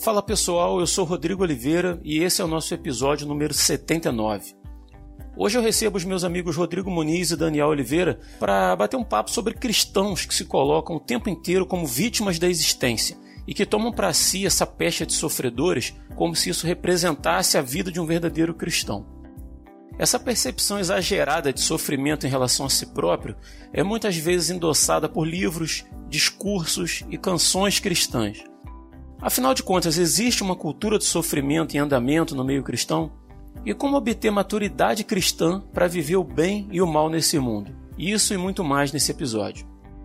Fala pessoal, eu sou Rodrigo Oliveira e esse é o nosso episódio número 79. Hoje eu recebo os meus amigos Rodrigo Muniz e Daniel Oliveira para bater um papo sobre cristãos que se colocam o tempo inteiro como vítimas da existência e que tomam para si essa pecha de sofredores como se isso representasse a vida de um verdadeiro cristão. Essa percepção exagerada de sofrimento em relação a si próprio é muitas vezes endossada por livros, discursos e canções cristãs. Afinal de contas, existe uma cultura de sofrimento em andamento no meio cristão? E como obter maturidade cristã para viver o bem e o mal nesse mundo? Isso e muito mais nesse episódio.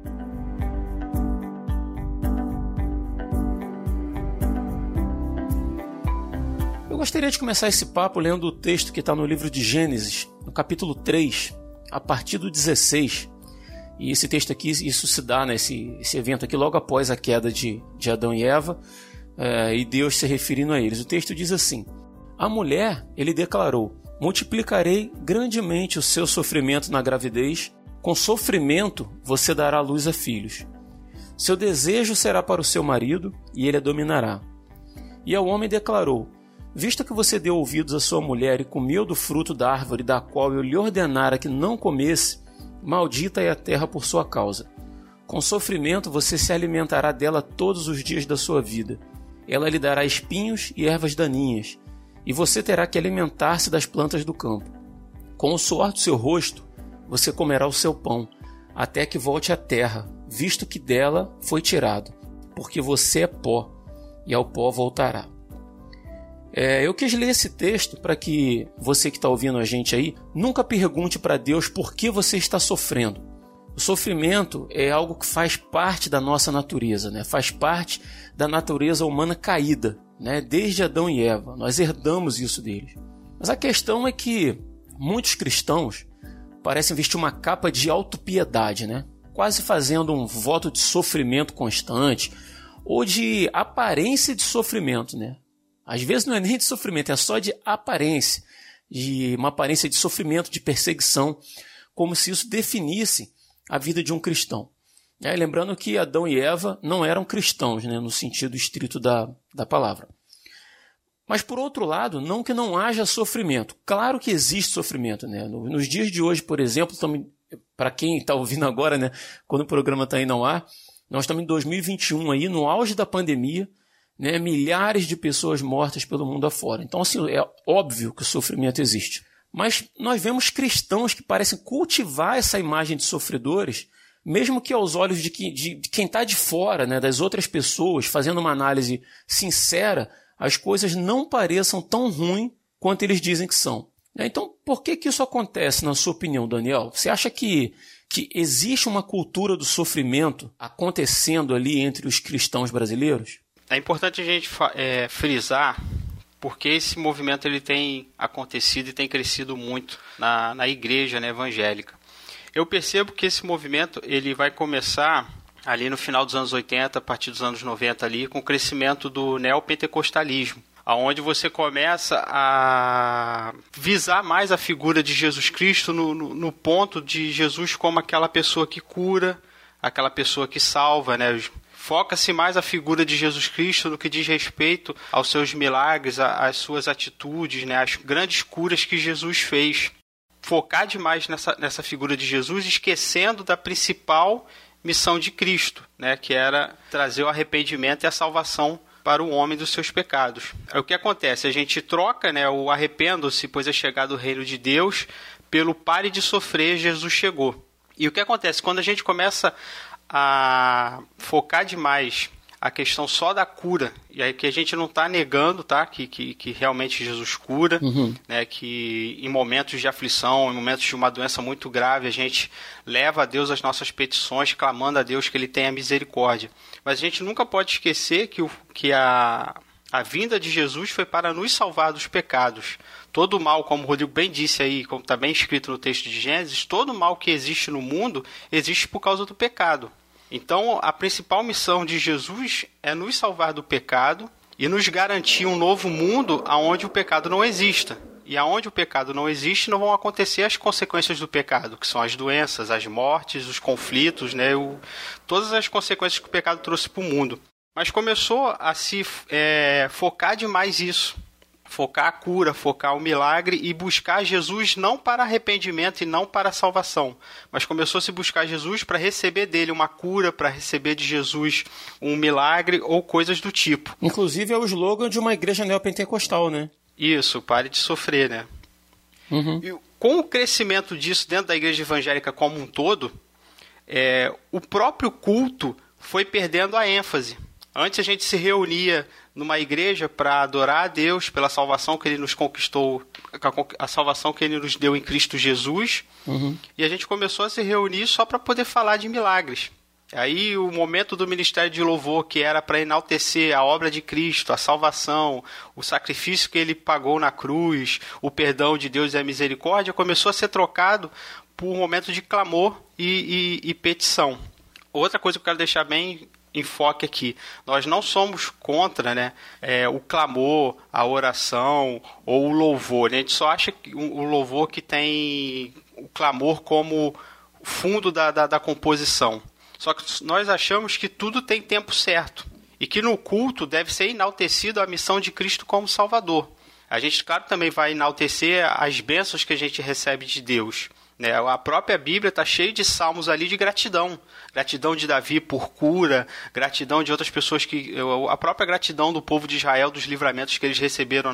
Eu gostaria de começar esse papo lendo o texto que está no livro de Gênesis, no capítulo 3, a partir do 16. E esse texto aqui, isso se dá, esse evento aqui logo após a queda de Adão e Eva, e Deus se referindo a eles. O texto diz assim: a mulher, ele declarou, multiplicarei grandemente o seu sofrimento na gravidez, com sofrimento você dará luz a filhos. Seu desejo será para o seu marido, e ele a dominará. E ao homem declarou, visto que você deu ouvidos à sua mulher e comeu do fruto da árvore da qual eu lhe ordenara que não comesse, maldita é a terra por sua causa. Com sofrimento você se alimentará dela todos os dias da sua vida. Ela lhe dará espinhos e ervas daninhas, e você terá que alimentar-se das plantas do campo. Com o suor do seu rosto você comerá o seu pão, até que volte à terra, visto que dela foi tirado, porque você é pó, e ao pó voltará. Eu quis ler esse texto para que você que está ouvindo a gente aí nunca pergunte para Deus por que você está sofrendo. O sofrimento é algo que faz parte da nossa natureza, né? Faz parte da natureza humana caída, né? Desde Adão e Eva. Nós herdamos isso deles. Mas a questão é que muitos cristãos parecem vestir uma capa de autopiedade, né? Quase fazendo um voto de sofrimento constante ou de aparência de sofrimento, né? Às vezes não é nem de sofrimento, é só de aparência, de uma aparência de sofrimento, de perseguição, como se isso definisse a vida de um cristão. Lembrando que Adão e Eva não eram cristãos, né, no sentido estrito da palavra. Mas, por outro lado, não que não haja sofrimento. Claro que existe sofrimento, né? Nos dias de hoje, por exemplo, para quem está ouvindo agora, né, quando o programa está indo ao ar, nós estamos em 2021, aí, no auge da pandemia, né, milhares de pessoas mortas pelo mundo afora. Então, assim, é óbvio que o sofrimento existe. Mas nós vemos cristãos que parecem cultivar essa imagem de sofredores, mesmo que aos olhos de quem está de fora, né, das outras pessoas, fazendo uma análise sincera, as coisas não pareçam tão ruins quanto eles dizem que são. Então, por que isso acontece, na sua opinião, Daniel? Você acha que existe uma cultura do sofrimento acontecendo ali entre os cristãos brasileiros? É importante a gente frisar porque esse movimento ele tem acontecido e tem crescido muito na igreja, né, evangélica. Eu percebo que esse movimento ele vai começar ali no final dos anos 80, a partir dos anos 90, ali, com o crescimento do neopentecostalismo, onde você começa a visar mais a figura de Jesus Cristo no ponto de Jesus como aquela pessoa que cura, aquela pessoa que salva, né? Foca-se mais a figura de Jesus Cristo no que diz respeito aos seus milagres, às suas atitudes, né, as grandes curas que Jesus fez. Focar demais nessa figura de Jesus, esquecendo da principal missão de Cristo, né, que era trazer o arrependimento e a salvação para o homem dos seus pecados. O que acontece? A gente troca, né, o arrependo-se, pois é chegado o reino de Deus, pelo pare de sofrer, Jesus chegou. E o que acontece? Quando a gente começa a focar demais a questão só da cura, e aí que a gente não está negando, tá? Que realmente Jesus cura, né? Que em momentos de aflição, em momentos de uma doença muito grave, a gente leva a Deus as nossas petições, clamando a Deus que Ele tenha misericórdia. Mas a gente nunca pode esquecer que a vinda de Jesus foi para nos salvar dos pecados. Todo mal, como o Rodrigo bem disse aí, como está bem escrito no texto de Gênesis, todo mal que existe no mundo existe por causa do pecado. Então, a principal missão de Jesus é nos salvar do pecado e nos garantir um novo mundo onde o pecado não exista. E aonde o pecado não existe, não vão acontecer as consequências do pecado, que são as doenças, as mortes, os conflitos, né? Todas as consequências que o pecado trouxe para o mundo. mas começou a se focar demais isso. Focar a cura, focar o milagre e buscar Jesus não para arrependimento e não para salvação, mas começou a se buscar Jesus para receber dele uma cura, para receber de Jesus um milagre ou coisas do tipo. Inclusive é o slogan de uma igreja neopentecostal, né? Isso, pare de sofrer, né? Uhum. E com o crescimento disso dentro da igreja evangélica como um todo, o próprio culto foi perdendo a ênfase. Antes a gente se reunia numa igreja para adorar a Deus pela salvação que Ele nos conquistou, a salvação que Ele nos deu em Cristo Jesus, e a gente começou a se reunir só para poder falar de milagres. Aí o momento do ministério de louvor, que era para enaltecer a obra de Cristo, a salvação, o sacrifício que Ele pagou na cruz, o perdão de Deus e a misericórdia, começou a ser trocado por um momento de clamor e petição. Outra coisa que eu quero deixar bem enfoque aqui. Nós não somos contra, né, o clamor, a oração ou o louvor. A gente só acha que o louvor que tem o clamor como fundo da composição. Só que nós achamos que tudo tem tempo certo e que no culto deve ser enaltecido a missão de Cristo como Salvador. A gente, claro, também vai enaltecer as bênçãos que a gente recebe de Deus. A própria Bíblia está cheia de salmos ali de gratidão. Gratidão de Davi por cura, gratidão de outras pessoas, a própria gratidão do povo de Israel dos livramentos que eles receberam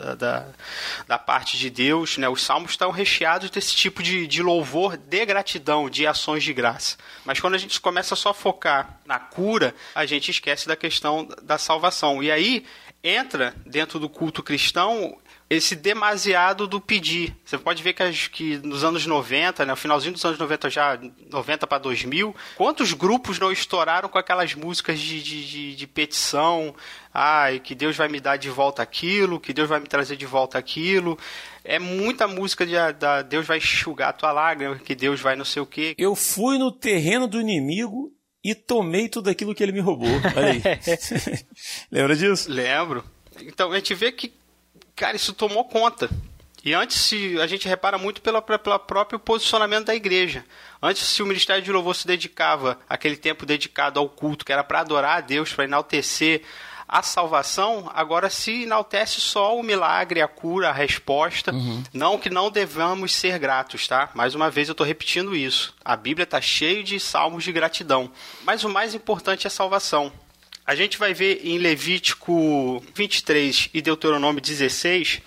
da parte de Deus. Os salmos estão recheados desse tipo de louvor, de gratidão, de ações de graça. Mas quando a gente começa só a focar na cura, a gente esquece da questão da salvação. E aí entra dentro do culto cristão esse demasiado do pedir. Você pode ver que nos anos 90, no finalzinho dos anos 90, já 90 para 2000, quantos grupos não estouraram com aquelas músicas de petição, que Deus vai me dar de volta aquilo, que Deus vai me trazer de volta aquilo. É muita música Deus vai enxugar a tua lágrima, que Deus vai não sei o quê. Eu fui no terreno do inimigo e tomei tudo aquilo que ele me roubou. Olha aí. Lembra disso? Lembro. Então a gente vê que, cara, isso tomou conta. E antes, a gente repara muito pelo próprio posicionamento da igreja. Antes, se o ministério de louvor se dedicava, aquele tempo dedicado ao culto, que era para adorar a Deus, para enaltecer a salvação, agora se enaltece só o milagre, a cura, a resposta. Não que não devamos ser gratos, tá? Mais uma vez eu estou repetindo isso. A Bíblia está cheia de salmos de gratidão. Mas o mais importante é a salvação. A gente vai ver em Levítico 23 e Deuteronômio 16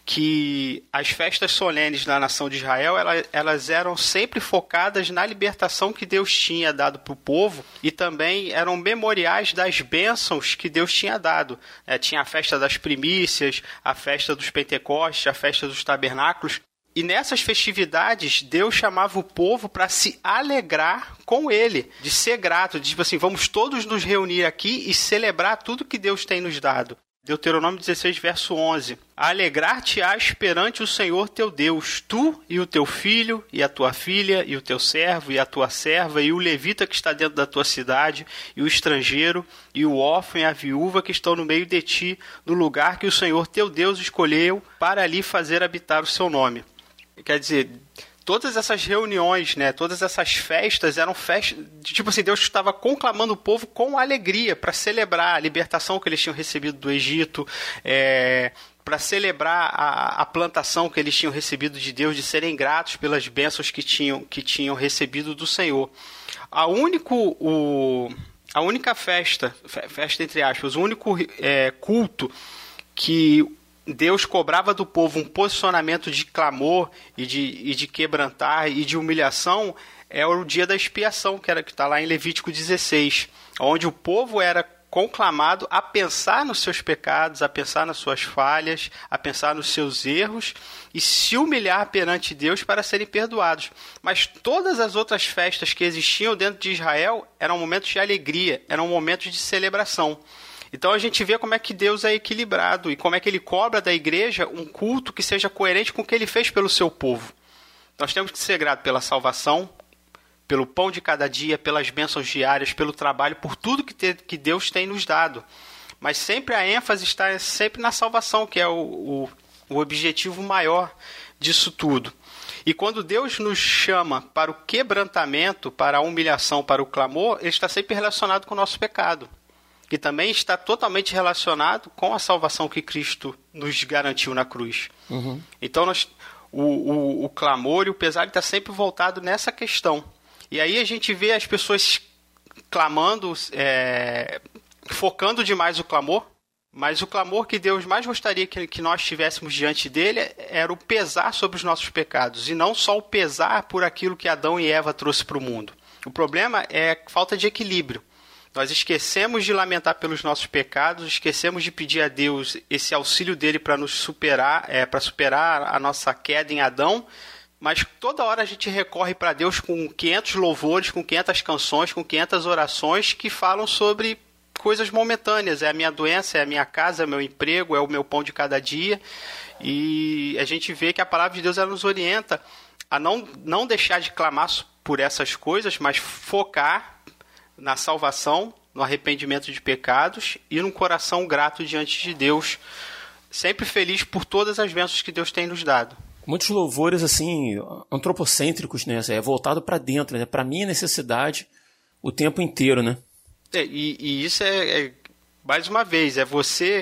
que as festas solenes da nação de Israel, elas eram sempre focadas na libertação que Deus tinha dado para o povo e também eram memoriais das bênçãos que Deus tinha dado. Tinha a festa das primícias, a festa dos Pentecostes, a festa dos tabernáculos. E nessas festividades, Deus chamava o povo para se alegrar com Ele, de ser grato, de tipo assim, vamos todos nos reunir aqui e celebrar tudo que Deus tem nos dado. Deuteronômio 16, verso 11. Alegrar-te-ás perante o Senhor teu Deus, tu e o teu filho, e a tua filha, e o teu servo, e a tua serva, e o levita que está dentro da tua cidade, e o estrangeiro, e o órfão e a viúva que estão no meio de ti, no lugar que o Senhor teu Deus escolheu para ali fazer habitar o seu nome. Quer dizer, todas essas reuniões, todas essas festas eram festas, tipo assim, Deus estava conclamando o povo com alegria para celebrar a libertação que eles tinham recebido do Egito, para celebrar a plantação que eles tinham recebido de Deus, de serem gratos pelas bênçãos que tinham recebido do Senhor. A única festa entre aspas, o único culto que Deus cobrava do povo um posicionamento de clamor e de quebrantar e de humilhação é o dia da expiação, que está lá em Levítico 16, onde o povo era conclamado a pensar nos seus pecados, a pensar nas suas falhas, a pensar nos seus erros e se humilhar perante Deus para serem perdoados. Mas todas as outras festas que existiam dentro de Israel eram momentos de alegria, eram momentos de celebração. Então a gente vê como é que Deus é equilibrado e como é que Ele cobra da igreja um culto que seja coerente com o que Ele fez pelo seu povo. Nós temos que ser gratos pela salvação, pelo pão de cada dia, pelas bênçãos diárias, pelo trabalho, por tudo que Deus tem nos dado. Mas sempre a ênfase está sempre na salvação, que é o objetivo maior disso tudo. E quando Deus nos chama para o quebrantamento, para a humilhação, para o clamor, Ele está sempre relacionado com o nosso pecado. que também está totalmente relacionado com a salvação que Cristo nos garantiu na cruz. Uhum. Então, o clamor e o pesar está sempre voltado nessa questão. E aí a gente vê as pessoas clamando, focando demais o clamor, mas o clamor que Deus mais gostaria que nós tivéssemos diante dele era o pesar sobre os nossos pecados, e não só o pesar por aquilo que Adão e Eva trouxe para o mundo. O problema é a falta de equilíbrio. Nós esquecemos de lamentar pelos nossos pecados, esquecemos de pedir a Deus esse auxílio dele para nos superar, para superar a nossa queda em Adão, mas toda hora a gente recorre para Deus com 500 louvores, com 500 canções, com 500 orações que falam sobre coisas momentâneas. É a minha doença, é a minha casa, é o meu emprego, é o meu pão de cada dia. E a gente vê que a palavra de Deus ela nos orienta a não deixar de clamar por essas coisas, mas focar na salvação, no arrependimento de pecados e num coração grato diante de Deus, sempre feliz por todas as bênçãos que Deus tem nos dado. Muitos louvores assim antropocêntricos, né? Voltado para dentro, né? Para minha necessidade o tempo inteiro, né? E isso mais uma vez, você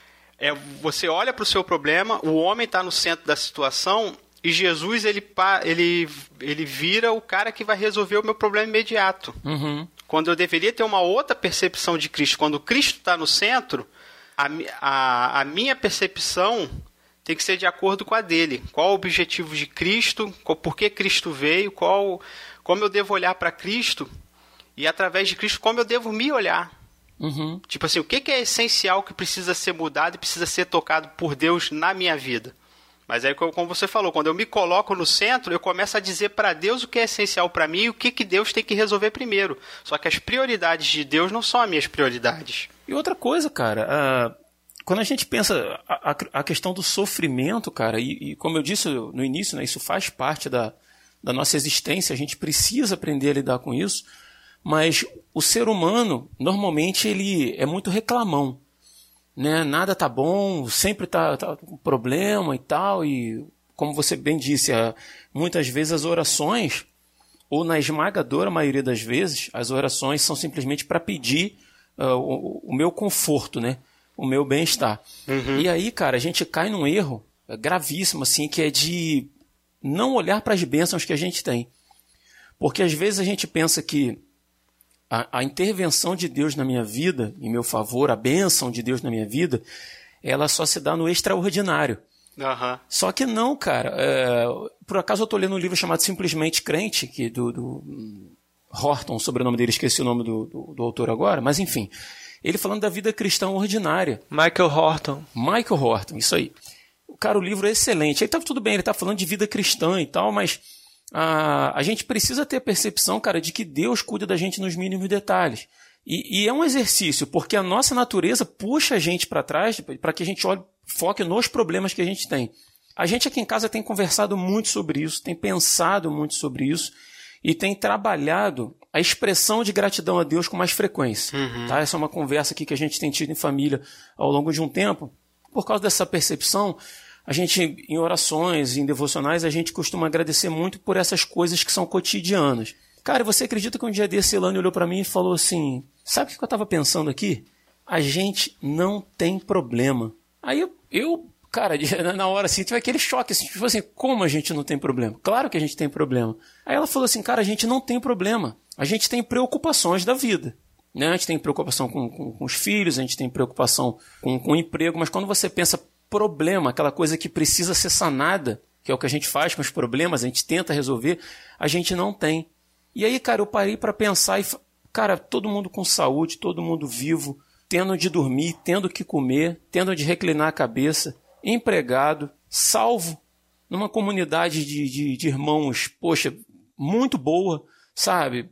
olha para o seu problema, o homem está no centro da situação e Jesus ele vira o cara que vai resolver o meu problema imediato. Uhum. Quando eu deveria ter uma outra percepção de Cristo, quando Cristo está no centro, a minha percepção tem que ser de acordo com a dele. Qual o objetivo de Cristo, por que Cristo veio, como eu devo olhar para Cristo e, através de Cristo, como eu devo me olhar. Uhum. Tipo assim, o que é essencial que precisa ser mudado e precisa ser tocado por Deus na minha vida? Mas aí, como você falou, quando eu me coloco no centro, eu começo a dizer para Deus o que é essencial para mim e o que Deus tem que resolver primeiro. Só que as prioridades de Deus não são as minhas prioridades. E outra coisa, cara, quando a gente pensa a questão do sofrimento, cara, e como eu disse no início, né, isso faz parte da nossa existência, a gente precisa aprender a lidar com isso, mas o ser humano, normalmente, ele é muito reclamão. Né? Nada tá bom, sempre tá com problema e tal, e como você bem disse, muitas vezes as orações, ou na esmagadora maioria das vezes, as orações são simplesmente para pedir o meu conforto, né? O meu bem-estar. Uhum. E aí, cara, a gente cai num erro gravíssimo, assim, que é de não olhar para as bênçãos que a gente tem. Porque às vezes a gente pensa que a intervenção de Deus na minha vida, em meu favor, a bênção de Deus na minha vida, ela só se dá no extraordinário. Uhum. Só que não, cara. Por acaso eu estou lendo um livro chamado Simplesmente Crente, que do Horton, o sobrenome dele, esqueci o nome do autor agora, mas enfim. Ele falando da vida cristã ordinária. Michael Horton, isso aí. Cara, o livro é excelente. Aí tá tudo bem, ele está falando de vida cristã e tal, mas a gente precisa ter a percepção, cara, de que Deus cuida da gente nos mínimos detalhes. E é um exercício, porque a nossa natureza puxa a gente para trás para que a gente foque nos problemas que a gente tem. A gente aqui em casa tem conversado muito sobre isso, tem pensado muito sobre isso e tem trabalhado a expressão de gratidão a Deus com mais frequência. Uhum. Tá? Essa é uma conversa aqui que a gente tem tido em família ao longo de um tempo. Por causa dessa percepção, a gente, em orações, em devocionais, a gente costuma agradecer muito por essas coisas que são cotidianas. Cara, você acredita que um dia desse Elane olhou para mim e falou assim, sabe o que eu estava pensando aqui? A gente não tem problema. Aí eu cara, na hora assim, tive aquele choque, assim, tipo assim, como a gente não tem problema? Claro que a gente tem problema. Aí ela falou assim, cara, a gente não tem problema. A gente tem preocupações da vida. Né? A gente tem preocupação com os filhos, a gente tem preocupação com o emprego, mas quando você pensa problema, aquela coisa que precisa ser sanada, que é o que a gente faz com os problemas, a gente tenta resolver, a gente não tem. E aí, cara, eu parei para pensar e, cara, todo mundo com saúde, todo mundo vivo, tendo de dormir, tendo que comer, tendo de reclinar a cabeça, empregado, salvo, numa comunidade de irmãos, poxa, muito boa, sabe?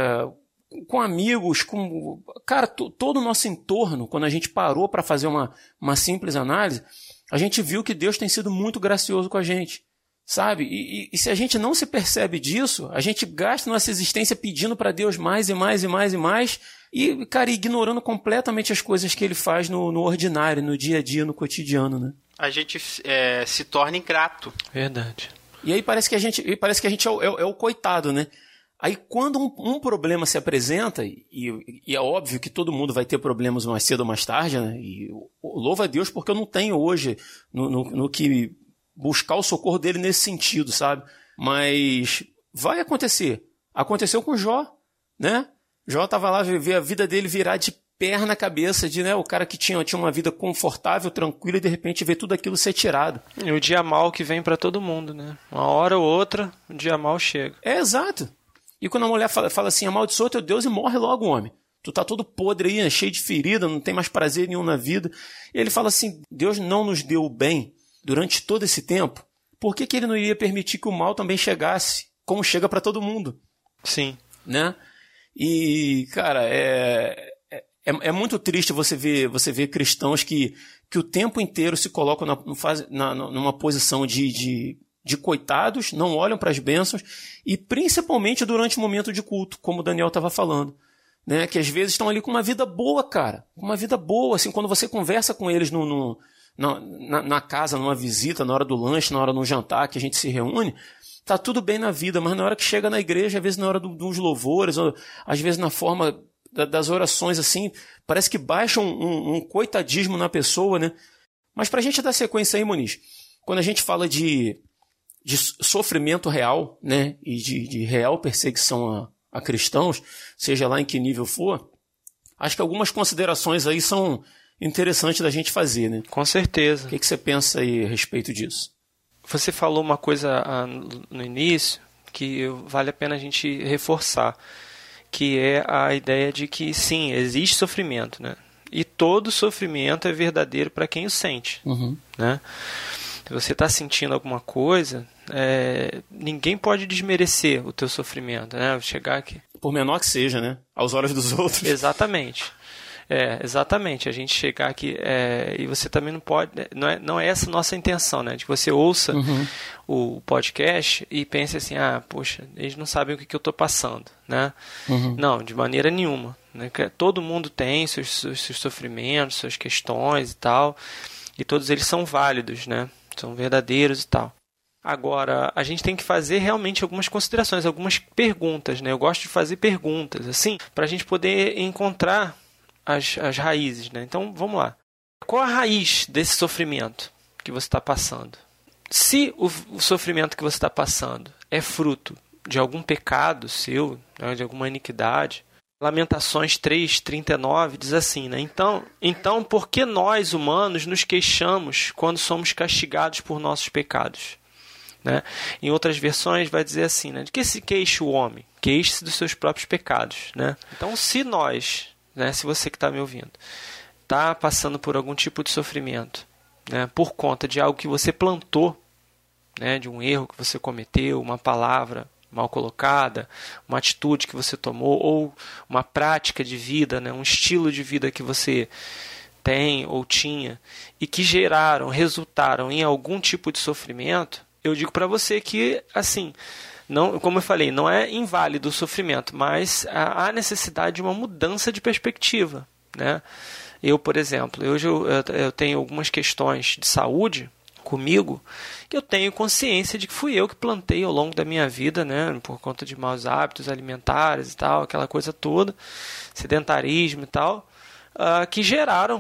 Com amigos, com... Cara, todo o nosso entorno, quando a gente parou para fazer uma simples análise, a gente viu que Deus tem sido muito gracioso com a gente, sabe? E se a gente não se percebe disso, a gente gasta nossa existência pedindo para Deus mais e mais e mais e mais e, cara, ignorando completamente as coisas que Ele faz no ordinário, no dia a dia, no cotidiano, né? A gente se torna ingrato. Verdade. E aí parece que a gente é o coitado, né? Aí quando um problema se apresenta, e é óbvio que todo mundo vai ter problemas mais cedo ou mais tarde, né? E louva a Deus porque eu não tenho hoje no que buscar o socorro dele nesse sentido, sabe? Mas vai acontecer. Aconteceu com Jó, né? Jó estava lá, ver a vida dele virar de perna na cabeça, né? O cara que tinha uma vida confortável, tranquila, e de repente vê tudo aquilo ser tirado. E o dia mal que vem para todo mundo, né? Uma hora ou outra, o dia mal chega. É, exato. E quando a mulher fala assim, amaldiçoa teu Deus e morre logo, homem. Tu tá todo podre aí, cheio de ferida, não tem mais prazer nenhum na vida. E ele fala assim, Deus não nos deu o bem durante todo esse tempo. Por que ele não iria permitir que o mal também chegasse, como chega para todo mundo? Sim. Né? E, cara, é muito triste você ver cristãos que o tempo inteiro se colocam numa posição de coitados, não olham para as bênçãos, e principalmente durante o momento de culto, como o Daniel estava falando, né? Que às vezes estão ali com uma vida boa, cara, uma vida boa, assim, quando você conversa com eles na casa, numa visita, na hora do lanche, na hora do jantar, que a gente se reúne, tá tudo bem na vida, mas na hora que chega na igreja, às vezes na hora dos louvores, ou às vezes na forma das orações, assim, parece que baixa um coitadismo na pessoa, né? Mas pra gente dar sequência aí, Muniz, quando a gente fala de sofrimento real, né, e de real perseguição a cristãos, seja lá em que nível for, acho que algumas considerações aí são interessantes da gente fazer, né? Com certeza. O que você pensa aí a respeito disso? Você falou uma coisa no início que vale a pena a gente reforçar, que é a ideia de que, sim, existe sofrimento, né? E todo sofrimento é verdadeiro para quem o sente, né? Se você está sentindo alguma coisa, ninguém pode desmerecer o teu sofrimento, né? Chegar aqui. Por menor que seja, né? Aos olhos dos outros. Exatamente. Exatamente. A gente chegar aqui e você também não pode... Não é essa a nossa intenção, né? De que você ouça o podcast e pense assim, poxa, eles não sabem o que eu estou passando, né? Não, de maneira nenhuma, né? Todo mundo tem seus sofrimentos, suas questões e tal, e todos eles são válidos, né? São verdadeiros e tal. Agora, a gente tem que fazer realmente algumas considerações, algumas perguntas, né? Eu gosto de fazer perguntas, assim, para a gente poder encontrar as raízes, né? Então, vamos lá. Qual a raiz desse sofrimento que você está passando? Se o sofrimento que você está passando é fruto de algum pecado seu, né? De alguma iniquidade, Lamentações 3:39 diz assim, né? Então, por que nós, humanos, nos queixamos quando somos castigados por nossos pecados? Né? Em outras versões vai dizer assim, né? De que se queixa o homem? Queixe-se dos seus próprios pecados, né? Então, se nós, né, se você que está me ouvindo, está passando por algum tipo de sofrimento, né, por conta de algo que você plantou, né, de um erro que você cometeu, uma palavra mal colocada, uma atitude que você tomou, ou uma prática de vida, né, um estilo de vida que você tem ou tinha, e que resultaram em algum tipo de sofrimento, eu digo para você que, assim, não, como eu falei, não é inválido o sofrimento, mas há necessidade de uma mudança de perspectiva, né? Eu, por exemplo, hoje eu tenho algumas questões de saúde comigo que eu tenho consciência de que fui eu que plantei ao longo da minha vida, né, por conta de maus hábitos alimentares e tal, aquela coisa toda, sedentarismo e tal, que geraram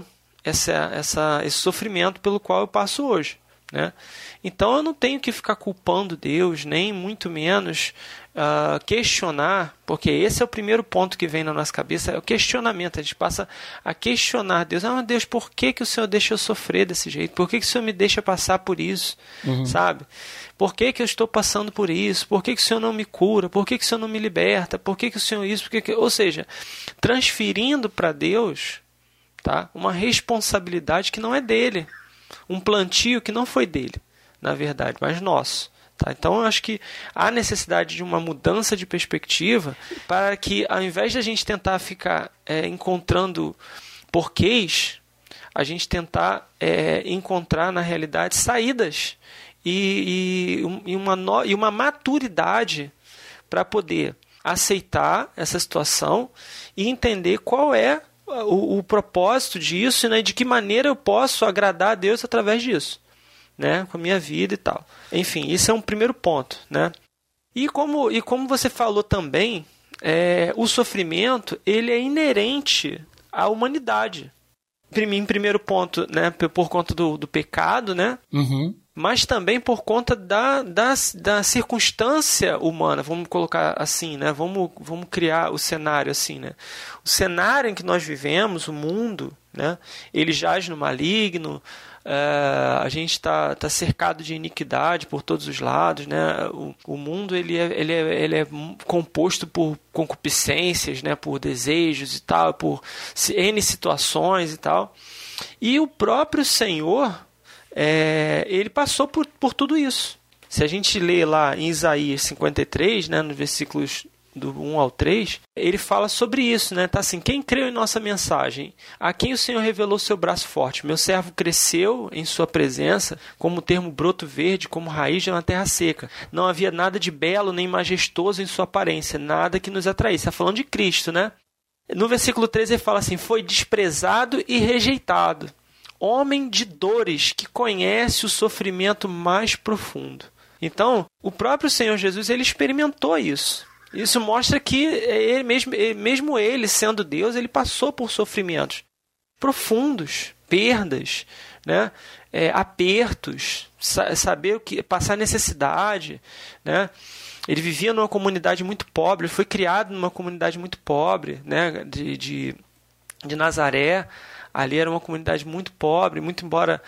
esse sofrimento pelo qual eu passo hoje, né? Então eu não tenho que ficar culpando Deus, nem muito menos questionar, porque esse é o primeiro ponto que vem na nossa cabeça, é o questionamento. A gente passa a questionar Deus. Deus, por que o Senhor deixa eu sofrer desse jeito? Por que o Senhor me deixa passar por isso? Sabe? Por que eu estou passando por isso? Por que o Senhor não me cura? Por que o Senhor não me liberta? Por que o Senhor isso? Ou seja, transferindo para Deus, tá, uma responsabilidade que não é dele. Um plantio que não foi dele, na verdade, mas nosso. Tá? Então, eu acho que há necessidade de uma mudança de perspectiva para que, ao invés de a gente tentar ficar encontrando porquês, a gente tentar encontrar, na realidade, saídas e uma maturidade para poder aceitar essa situação e entender qual é o propósito disso, né? De que maneira eu posso agradar a Deus através disso, né? Com a minha vida e tal. Enfim, isso é um primeiro ponto, né? E como você falou também, o sofrimento ele é inerente à humanidade. Em primeiro ponto, né, por conta do pecado, né? Uhum. Mas também por conta da circunstância humana, vamos colocar assim, né? Vamos criar o cenário assim, né? O cenário em que nós vivemos, o mundo, né? Ele jaz no maligno, a gente está cercado de iniquidade por todos os lados, né? O mundo ele é composto por concupiscências, né? Por desejos e tal, por N situações e tal. E o próprio Senhor, ele passou por tudo isso. Se a gente lê lá em Isaías 53, né, nos versículos do 1 ao 3, ele fala sobre isso, né? Tá assim: quem creu em nossa mensagem? A quem o Senhor revelou seu braço forte? Meu servo cresceu em sua presença, como termo broto verde, como raiz de uma terra seca. Não havia nada de belo nem majestoso em sua aparência, nada que nos atraísse. Está falando de Cristo, né? No versículo 13 ele fala assim: foi desprezado e rejeitado, homem de dores, que conhece o sofrimento mais profundo. Então, o próprio Senhor Jesus, ele experimentou isso. Isso mostra que mesmo ele sendo Deus, ele passou por sofrimentos profundos, perdas, né? Apertos, saber passar necessidade, né? Ele vivia numa comunidade muito pobre, ele foi criado numa comunidade muito pobre, né? de Nazaré. Ali era uma comunidade muito pobre, muito embora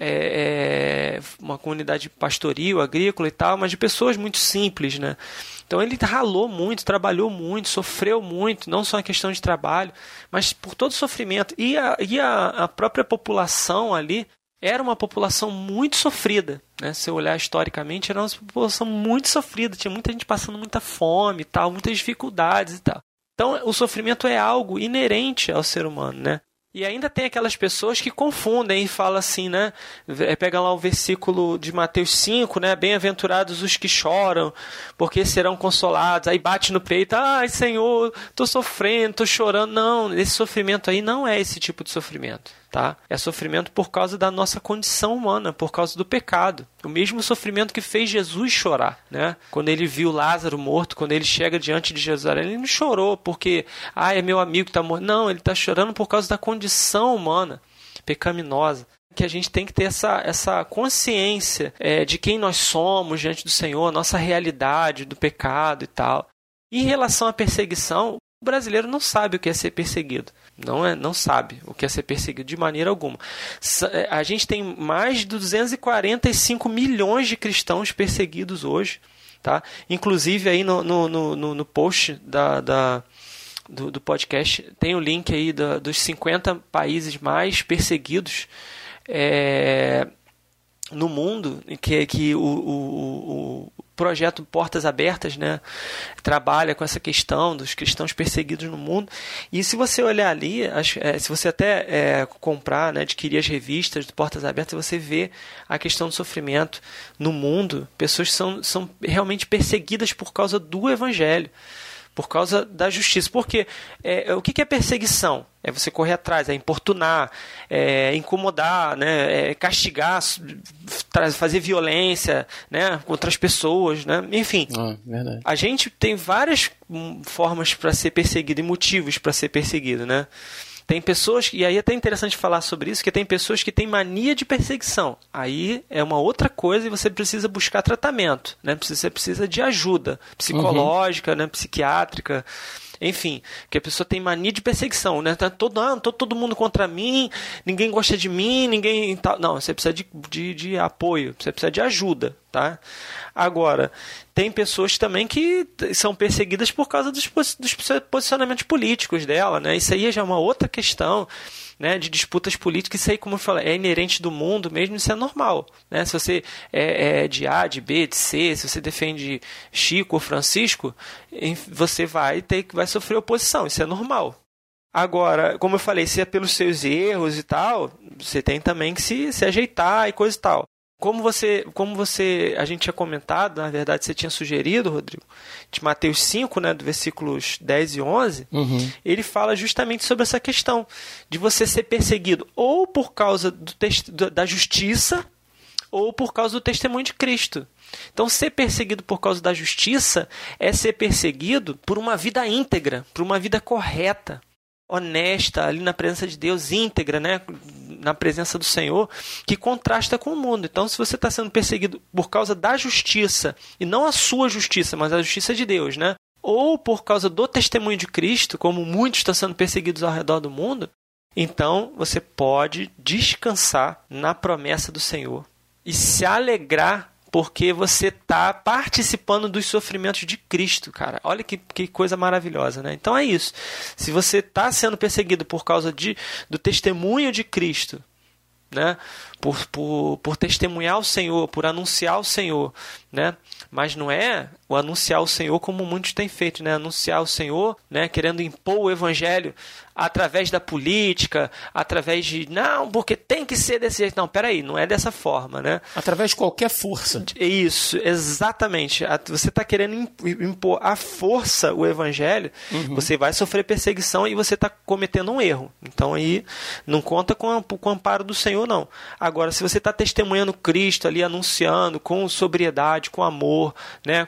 uma comunidade pastoril, agrícola e tal, mas de pessoas muito simples, né? Então ele ralou muito, trabalhou muito, sofreu muito, não só em questão de trabalho, mas por todo o sofrimento. E a própria população ali era uma população muito sofrida, né? Se eu olhar historicamente, era uma população muito sofrida, tinha muita gente passando muita fome e tal, muitas dificuldades e tal. Então o sofrimento é algo inerente ao ser humano, né? E ainda tem aquelas pessoas que confundem e falam assim, né? Pega lá o versículo de Mateus 5, né? Bem-aventurados os que choram, porque serão consolados. Aí bate no peito: ai, Senhor, estou sofrendo, estou chorando. Não, esse sofrimento aí não é esse tipo de sofrimento, tá? É sofrimento por causa da nossa condição humana, por causa do pecado. O mesmo sofrimento que fez Jesus chorar, né? Quando ele viu Lázaro morto, quando ele chega diante de Jesus, ele não chorou porque, é meu amigo que está morto. Não, ele está chorando por causa da condição humana pecaminosa. Que a gente tem que ter essa consciência de quem nós somos diante do Senhor, a nossa realidade do pecado e tal. Em relação à perseguição, o brasileiro não sabe o que é ser perseguido. Não sabe o que é ser perseguido de maneira alguma. A gente tem mais de 245 milhões de cristãos perseguidos hoje, tá? Inclusive aí no post do podcast tem o link aí dos 50 países mais perseguidos no mundo, que o projeto Portas Abertas, né, trabalha com essa questão dos cristãos perseguidos no mundo. E se você olhar ali, se você até comprar, né, adquirir as revistas do Portas Abertas, você vê a questão do sofrimento no mundo. Pessoas são realmente perseguidas por causa do Evangelho, por causa da justiça. Porque o que é perseguição? É você correr atrás, é importunar, incomodar, né, castigar, fazer violência, né, contra as pessoas, né? Enfim. Verdade. A gente tem várias formas para ser perseguido e motivos para ser perseguido, né? Tem pessoas, e aí é até interessante falar sobre isso, que tem pessoas que têm mania de perseguição. Aí é uma outra coisa e você precisa buscar tratamento, né? Você precisa de ajuda psicológica, né? Psiquiátrica, enfim, que a pessoa tem mania de perseguição, né? Tá todo mundo contra mim, ninguém gosta de mim, ninguém... Não, você precisa de apoio, você precisa de ajuda, tá? Agora, tem pessoas também que são perseguidas por causa dos posicionamentos políticos dela, né? Isso aí já é uma outra questão, né, de disputas políticas. Isso aí, como eu falei, é inerente do mundo mesmo, isso é normal, né? Se você é de A, de B, de C, se você defende Chico ou Francisco, você vai sofrer oposição, isso é normal. Agora, como eu falei, se é pelos seus erros e tal, você tem também que se ajeitar e coisa e tal. Como a gente tinha comentado, na verdade você tinha sugerido, Rodrigo, de Mateus 5, né, do versículos 10 e 11, ele fala justamente sobre essa questão de você ser perseguido ou por causa da justiça, ou por causa do testemunho de Cristo. Então, ser perseguido por causa da justiça é ser perseguido por uma vida íntegra, por uma vida correta, honesta, ali na presença de Deus, íntegra, né? Na presença do Senhor, que contrasta com o mundo. Então, se você está sendo perseguido por causa da justiça, e não a sua justiça, mas a justiça de Deus, né? Ou por causa do testemunho de Cristo, como muitos estão sendo perseguidos ao redor do mundo, então você pode descansar na promessa do Senhor e se alegrar porque você está participando dos sofrimentos de Cristo, cara. Olha que coisa maravilhosa, né? Então é isso. Se você está sendo perseguido por causa do testemunho de Cristo, né? Por testemunhar o Senhor, por anunciar o Senhor, né? Mas não é o anunciar o Senhor como muitos têm feito, né? Anunciar o Senhor, né? Querendo impor o evangelho através da política, através de, não, porque tem que ser desse jeito. Não, peraí, não é dessa forma, né? Através de qualquer força. Isso, exatamente. Você está querendo impor à força o evangelho, você vai sofrer perseguição e você está cometendo um erro. Então aí não conta com o amparo do Senhor, não. Agora, se você está testemunhando Cristo ali, anunciando com sobriedade, com amor, né,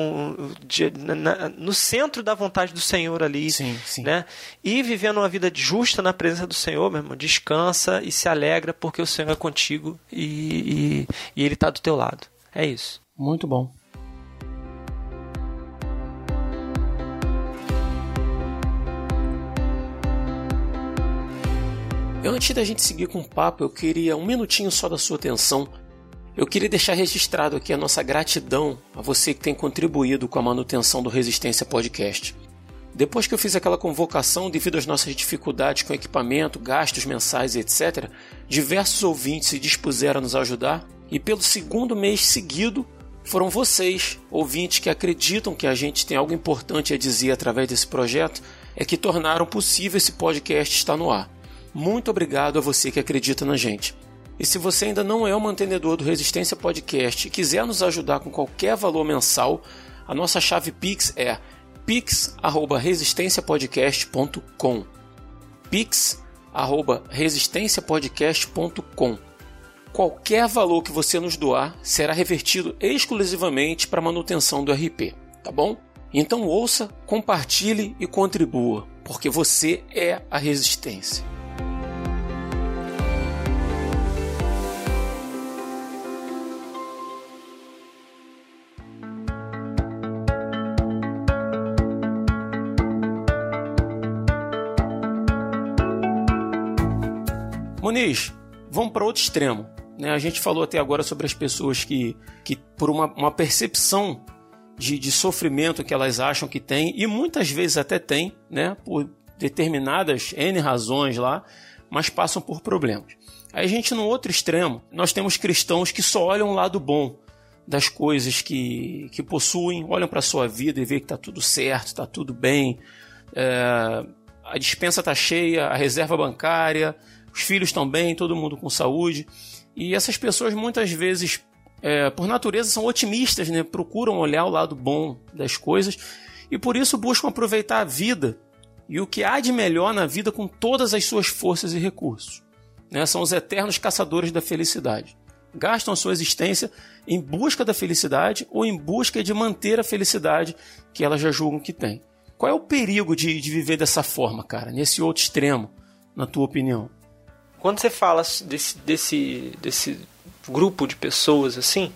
no centro da vontade do Senhor ali, sim, sim. Né, e vivendo uma vida justa na presença do Senhor, meu irmão, descansa e se alegra porque o Senhor é contigo e Ele está do teu lado. É isso. Muito bom. Antes da gente seguir com o papo, eu queria um minutinho só da sua atenção. Eu queria deixar registrado aqui a nossa gratidão a você que tem contribuído com a manutenção do Resistência Podcast. Depois que eu fiz aquela convocação, devido às nossas dificuldades com equipamento, gastos mensais e etc., diversos ouvintes se dispuseram a nos ajudar e pelo segundo mês seguido foram vocês, ouvintes que acreditam que a gente tem algo importante a dizer através desse projeto, é que tornaram possível esse podcast estar no ar. Muito obrigado a você que acredita na gente. E se você ainda não é um mantenedor do Resistência Podcast e quiser nos ajudar com qualquer valor mensal, a nossa chave Pix é pix@resistenciapodcast.com pix@resistenciapodcast.com. Qualquer valor que você nos doar será revertido exclusivamente para a manutenção do RP, tá bom? Então ouça, compartilhe e contribua, porque você é a resistência. Muniz, vamos para outro extremo. Né? A gente falou até agora sobre as pessoas que por uma percepção de sofrimento que elas acham que tem, e muitas vezes até tem, né? Por determinadas N razões lá, mas passam por problemas. Aí a gente, no outro extremo, nós temos cristãos que só olham o lado bom das coisas que possuem, olham para a sua vida e veem que está tudo certo, está tudo bem, a despensa está cheia, a reserva bancária, os filhos estão bem, todo mundo com saúde. E essas pessoas muitas vezes, por natureza, são otimistas, né? Procuram olhar o lado bom das coisas e por isso buscam aproveitar a vida e o que há de melhor na vida com todas as suas forças e recursos. Né? São os eternos caçadores da felicidade. Gastam a sua existência em busca da felicidade ou em busca de manter a felicidade que elas já julgam que têm. Qual é o perigo de viver dessa forma, cara? Nesse outro extremo, na tua opinião? Quando você fala desse grupo de pessoas assim,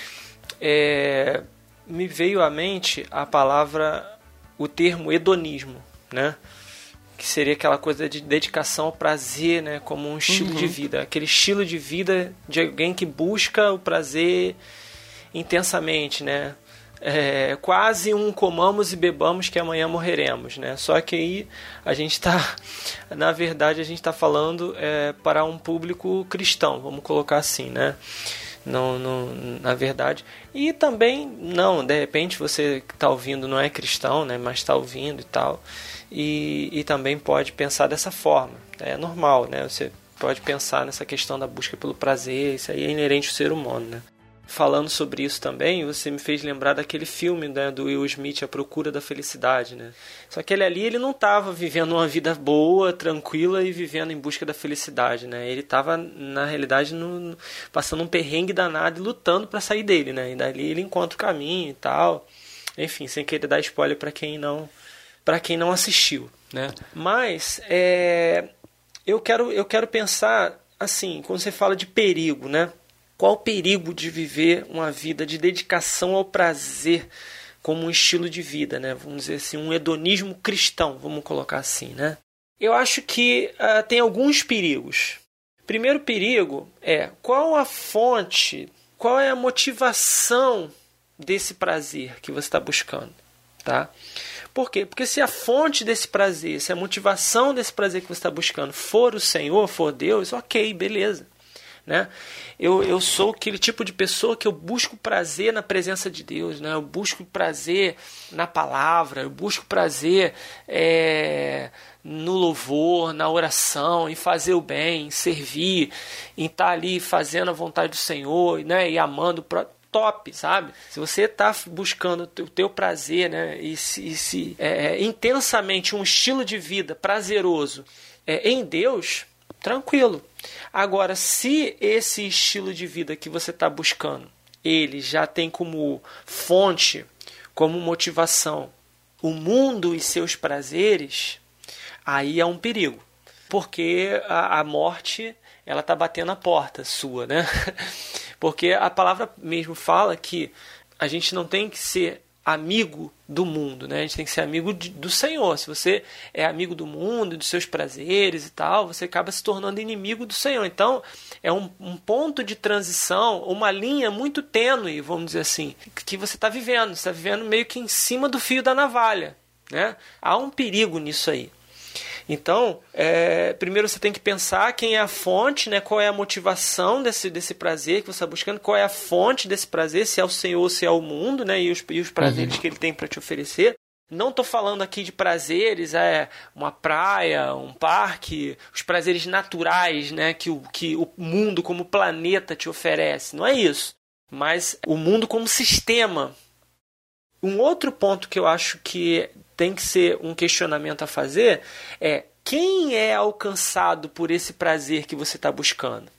me veio à mente o termo hedonismo, né? Que seria aquela coisa de dedicação ao prazer, né? Como um estilo de vida. Aquele estilo de vida de alguém que busca o prazer intensamente, né? Quase um comamos e bebamos que amanhã morreremos, né? Só que aí na verdade a gente está falando para um público cristão, vamos colocar assim, né? Não, na verdade. E também, de repente você que está ouvindo não é cristão, né? Mas está ouvindo e tal, e também pode pensar dessa forma. É normal, né? Você pode pensar nessa questão da busca pelo prazer, isso aí é inerente ao ser humano, né? falando sobre isso também, você me fez lembrar daquele filme, né, do Will Smith, A Procura da Felicidade, né? Só que ele não estava vivendo uma vida boa, tranquila e vivendo em busca da felicidade, né? Ele estava, na realidade, passando um perrengue danado e lutando para sair dele, né? E dali ele encontra o caminho e tal. Enfim, sem querer dar spoiler para quem não assistiu, né? Mas eu quero pensar assim, quando você fala de perigo, né? Qual o perigo de viver uma vida de dedicação ao prazer como um estilo de vida, né? Vamos dizer assim, um hedonismo cristão, vamos colocar assim, né? Eu acho que tem alguns perigos. Primeiro perigo é qual a fonte, qual é a motivação desse prazer que você está buscando, tá? Por quê? Porque se a fonte desse prazer, se a motivação desse prazer que você está buscando for o Senhor, for Deus, ok, beleza. Né? Eu sou aquele tipo de pessoa que eu busco prazer na presença de Deus, né? Eu busco prazer na palavra, eu busco prazer no louvor, na oração, em fazer o bem, em servir, em estar ali fazendo a vontade do Senhor, né? E amando o top, sabe? Se você está buscando o teu prazer, né? E intensamente um estilo de vida prazeroso em Deus, tranquilo. Agora, se esse estilo de vida que você está buscando, ele já tem como fonte, como motivação, o mundo e seus prazeres, aí é um perigo. Porque a morte, ela está batendo a porta sua, né? Porque a palavra mesmo fala que a gente não tem que ser amigo do mundo, né? A gente tem que ser amigo do Senhor. Se você é amigo do mundo, dos seus prazeres e tal, você acaba se tornando inimigo do Senhor. Então, é um ponto de transição, uma linha muito tênue, vamos dizer assim, que você está vivendo. Você está vivendo meio que em cima do fio da navalha, né? Há um perigo nisso aí. Então, primeiro você tem que pensar quem é a fonte, né? Qual é a motivação desse prazer que você está buscando, qual é a fonte desse prazer, se é o Senhor ou se é o mundo, né? E os prazeres que ele tem para te oferecer. Não estou falando aqui de prazeres, uma praia, um parque, os prazeres naturais, né? que o mundo como planeta te oferece. Não é isso, mas o mundo como sistema. Um outro ponto que eu acho que tem que ser um questionamento a fazer é quem é alcançado por esse prazer que você está buscando.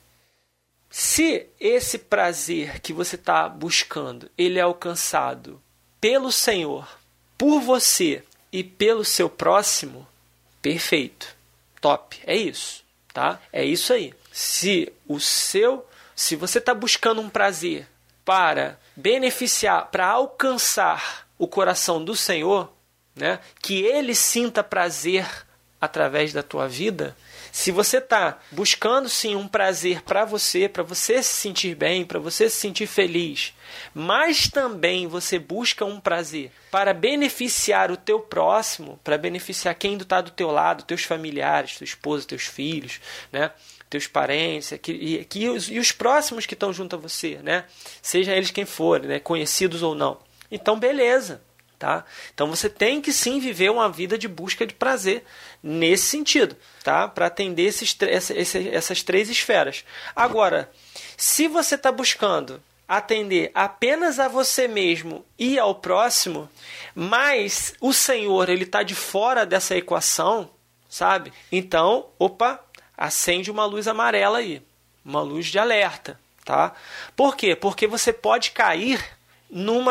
Se esse prazer que você está buscando, ele é alcançado pelo Senhor, por você e pelo seu próximo, perfeito, top, é isso, tá? É isso aí. Se você está buscando um prazer para beneficiar, para alcançar o coração do Senhor, né? Que ele sinta prazer através da tua vida. Se você está buscando sim um prazer para você se sentir bem, para você se sentir feliz, mas também você busca um prazer para beneficiar o teu próximo, para beneficiar quem está do teu lado, teus familiares, tua esposa, teus filhos, né? Teus parentes e os próximos que estão junto a você, né? Seja eles quem forem, né? Conhecidos ou não. Então, beleza. Tá? Então você tem que sim viver uma vida de busca de prazer nesse sentido, tá? Para atender essas três esferas. Agora, se você está buscando atender apenas a você mesmo e ao próximo, mas o Senhor ele está de fora dessa equação, sabe? Então, acende uma luz amarela aí, uma luz de alerta, tá? Por quê? Porque você pode cair no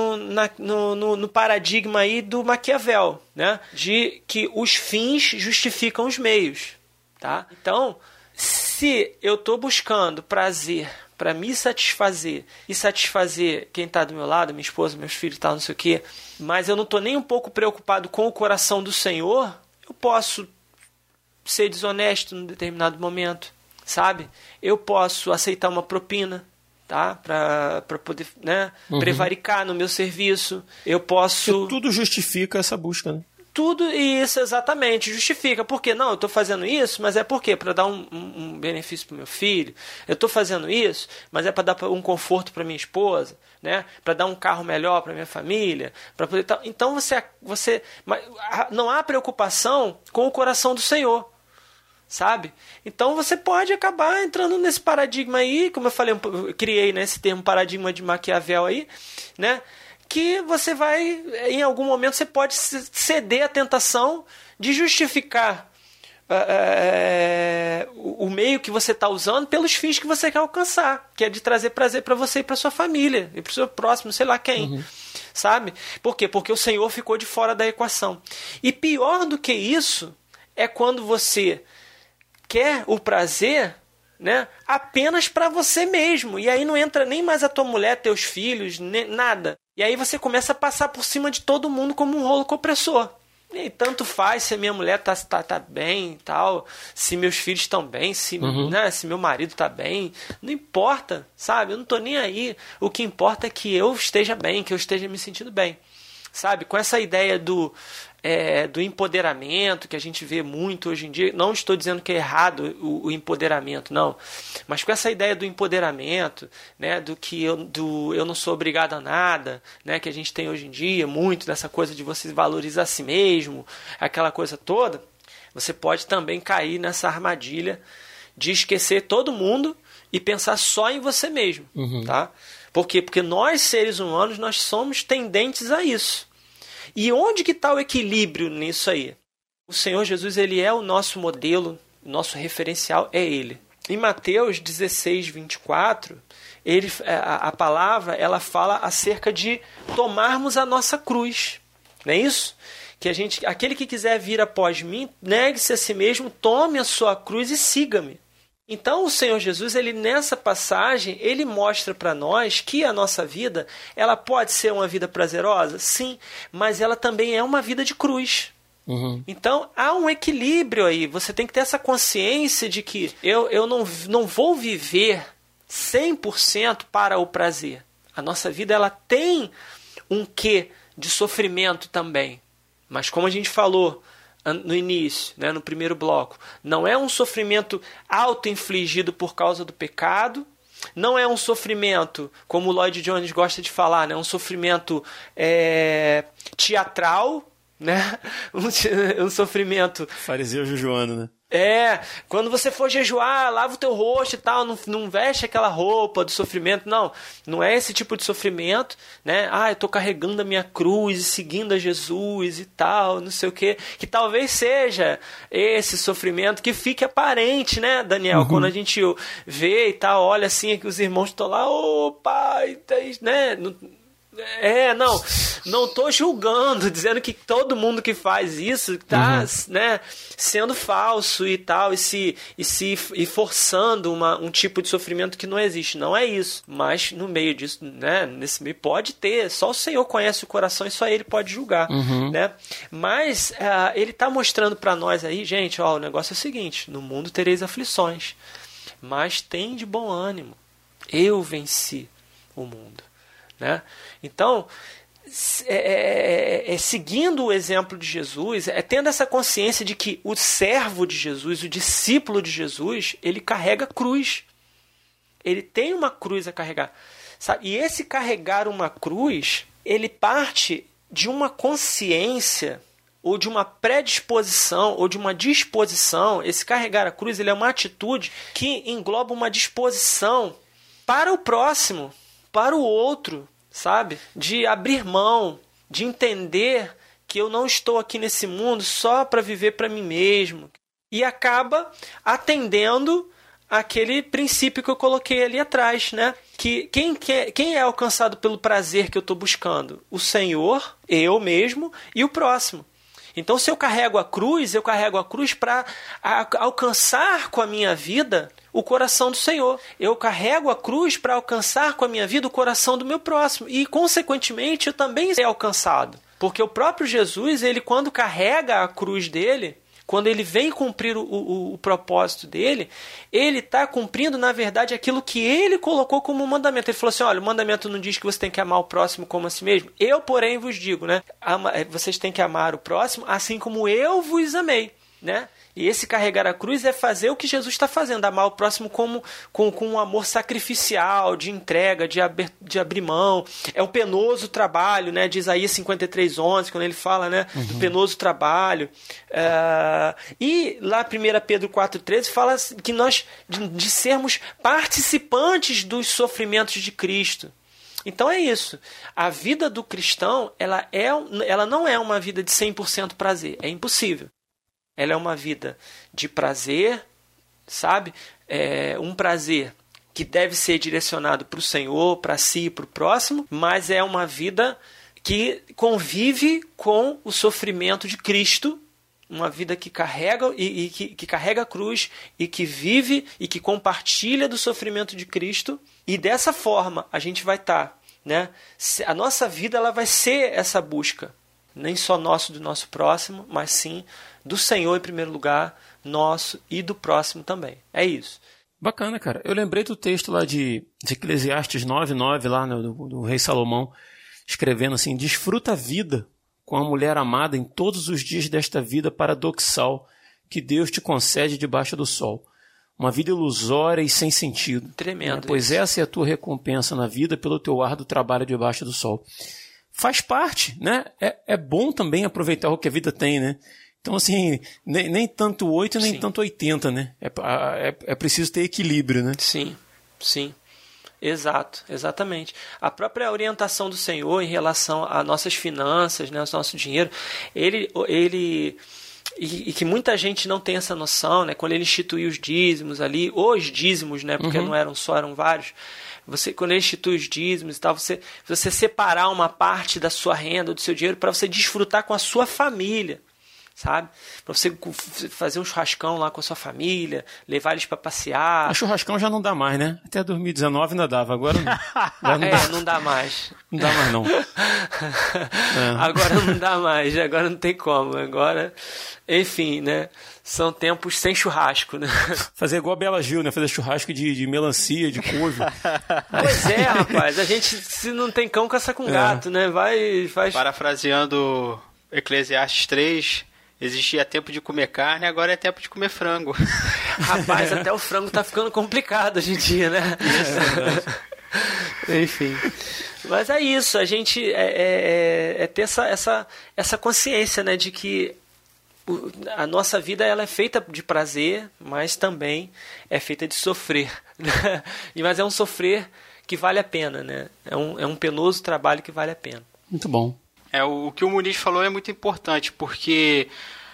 paradigma aí do Maquiavel, né? De que os fins justificam os meios, tá? Então, se eu estou buscando prazer para me satisfazer e satisfazer quem está do meu lado, minha esposa, meus filhos, tal, não sei o quê, mas eu não estou nem um pouco preocupado com o coração do Senhor, eu posso ser desonesto num determinado momento, sabe? Eu posso aceitar uma propina, tá? Para poder, né? Prevaricar no meu serviço. Eu posso... Porque tudo justifica essa busca, né? Tudo isso, exatamente, justifica. Por quê? Não, eu estou fazendo isso, mas é por quê? Para dar um benefício para o meu filho. Eu estou fazendo isso, mas é para dar um conforto para minha esposa, né? Para dar um carro melhor para minha família. Para poder... Então, você não há preocupação com o coração do Senhor. sabe? Então você pode acabar entrando nesse paradigma aí, como eu falei, eu criei, né, esse termo paradigma de Maquiavel aí, né? Que você vai, em algum momento, você pode ceder à tentação de justificar o meio que você está usando pelos fins que você quer alcançar, que é de trazer prazer para você e para sua família, e para o seu próximo, sei lá quem, sabe? Por quê? Porque o Senhor ficou de fora da equação. E pior do que isso é quando você quer o prazer, né, apenas para você mesmo, e aí não entra nem mais a tua mulher, teus filhos, nada. E aí você começa a passar por cima de todo mundo como um rolo compressor. E tanto faz se a minha mulher tá bem e tal, se meus filhos estão bem, se meu marido tá bem, não importa, sabe? Eu não tô nem aí. O que importa é que eu esteja bem, que eu esteja me sentindo bem, sabe? Com essa ideia do empoderamento que a gente vê muito hoje em dia, não estou dizendo que é errado o empoderamento, não, mas com essa ideia do empoderamento, né, do que eu não sou obrigado a nada, né, que a gente tem hoje em dia, muito dessa coisa de você valorizar a si mesmo, aquela coisa toda, você pode também cair nessa armadilha de esquecer todo mundo e pensar só em você mesmo, tá? Por quê? Porque nós, seres humanos, nós somos tendentes a isso. E onde que está o equilíbrio nisso aí? O Senhor Jesus, ele é o nosso modelo, o nosso referencial é ele. Em Mateus 16, 24, a palavra ela fala acerca de tomarmos a nossa cruz. Não é isso? Que aquele que quiser vir após mim, negue-se a si mesmo, tome a sua cruz e siga-me. Então o Senhor Jesus, ele nessa passagem, ele mostra para nós que a nossa vida, ela pode ser uma vida prazerosa? Sim, mas ela também é uma vida de cruz. Então há um equilíbrio aí, você tem que ter essa consciência de que eu não vou viver 100% para o prazer. A nossa vida ela tem um quê de sofrimento também, mas como a gente falou no início, né, no primeiro bloco, não é um sofrimento auto-infligido por causa do pecado, não é um sofrimento, como o Lloyd Jones gosta de falar, né, um sofrimento teatral, né, um sofrimento... Fariseu jejuando, né? Quando você for jejuar, lava o teu rosto e tal, não veste aquela roupa do sofrimento, não é esse tipo de sofrimento, né? Eu tô carregando a minha cruz e seguindo a Jesus e tal, não sei o que talvez seja esse sofrimento que fique aparente, né, Daniel? Quando a gente vê e tal, olha assim, que os irmãos estão lá, pai, né? Não tô julgando, dizendo que todo mundo que faz isso tá, né, sendo falso e tal, e forçando um tipo de sofrimento que não existe. Não é isso. Mas no meio disso, né, nesse meio pode ter, só o Senhor conhece o coração e só Ele pode julgar, né? Mas Ele tá mostrando para nós aí, gente, o negócio é o seguinte: no mundo tereis aflições, mas tem de bom ânimo. Eu venci o mundo. Né? Então, seguindo o exemplo de Jesus, tendo essa consciência de que o servo de Jesus, o discípulo de Jesus, ele carrega cruz. Ele tem uma cruz a carregar. Sabe? E esse carregar uma cruz, ele parte de uma consciência, ou de uma predisposição, ou de uma disposição. Esse carregar a cruz, ele é uma atitude que engloba uma disposição para o próximo, para o outro, sabe? De abrir mão, de entender que eu não estou aqui nesse mundo só para viver para mim mesmo. E acaba atendendo aquele princípio que eu coloquei ali atrás, né? Que quem é alcançado pelo prazer que eu estou buscando? O Senhor, eu mesmo e o próximo. Então, se eu carrego a cruz para alcançar com a minha vida o coração do Senhor. Eu carrego a cruz para alcançar com a minha vida o coração do meu próximo. E, consequentemente, eu também serei alcançado. Porque o próprio Jesus, ele quando carrega a cruz dele, quando ele vem cumprir o propósito dele, ele está cumprindo, na verdade, aquilo que ele colocou como mandamento. Ele falou assim, olha, o mandamento não diz que você tem que amar o próximo como a si mesmo. Eu, porém, vos digo, né? Vocês têm que amar o próximo assim como eu vos amei. né? E esse carregar a cruz é fazer o que Jesus está fazendo, amar o próximo com um amor sacrificial, de entrega, de abrir mão. É um penoso trabalho, né? De Isaías 53:11, quando ele fala, né? Do penoso trabalho. E lá 1 Pedro 4:13 fala que nós de sermos participantes dos sofrimentos de Cristo. Então é isso. A vida do cristão, ela não é uma vida de 100% prazer. É impossível. Ela é uma vida de prazer, sabe? Um prazer que deve ser direcionado para o Senhor, para si e para o próximo, mas é uma vida que convive com o sofrimento de Cristo, uma vida que carrega que carrega a cruz e que vive e que compartilha do sofrimento de Cristo, e dessa forma a gente vai estar, né? A nossa vida ela vai ser essa busca, nem só do nosso próximo, mas sim do Senhor em primeiro lugar, nosso e do próximo também. É isso. Bacana, cara. Eu lembrei do texto lá de Eclesiastes 9:9, lá do rei Salomão, escrevendo assim: desfruta a vida com a mulher amada em todos os dias desta vida paradoxal que Deus te concede debaixo do sol. Uma vida ilusória e sem sentido. Tremendo. Pois isso. Essa é a tua recompensa na vida pelo teu árduo trabalho debaixo do sol. Faz parte, né? É bom também aproveitar o que a vida tem, né? Então, assim, nem tanto 8, nem tanto 80, né? É preciso ter equilíbrio, né? Sim. Exato, exatamente. A própria orientação do Senhor em relação às nossas finanças, né, ao nosso dinheiro, e que muita gente não tem essa noção, né? Quando ele instituiu os dízimos ali, os dízimos, né? Porque não eram só, eram vários. Quando ele institui os dízimos e tal, você separar uma parte da sua renda, do seu dinheiro, para você desfrutar com a sua família, sabe? Para você fazer um churrascão lá com a sua família, levar eles para passear. O churrascão já não dá mais, né? Até 2019 ainda dava, agora não. Não dá mais. Não dá mais, não. Agora não dá mais, agora não tem como. Agora, enfim, né? São tempos sem churrasco, né? Fazer igual a Bela Gil, né? Fazer churrasco de melancia, de couve. Pois é, rapaz. A gente, se não tem cão, caça com gato, né? Faz... Parafraseando Eclesiastes 3... existia tempo de comer carne, agora é tempo de comer frango. Rapaz, até o frango tá ficando complicado hoje em dia, né? Enfim. Mas é isso, a gente ter essa consciência, né, de que a nossa vida ela é feita de prazer, mas também é feita de sofrer. Né? Mas é um sofrer que vale a pena, né? É um penoso trabalho que vale a pena. Muito bom. O que o Muniz falou é muito importante, porque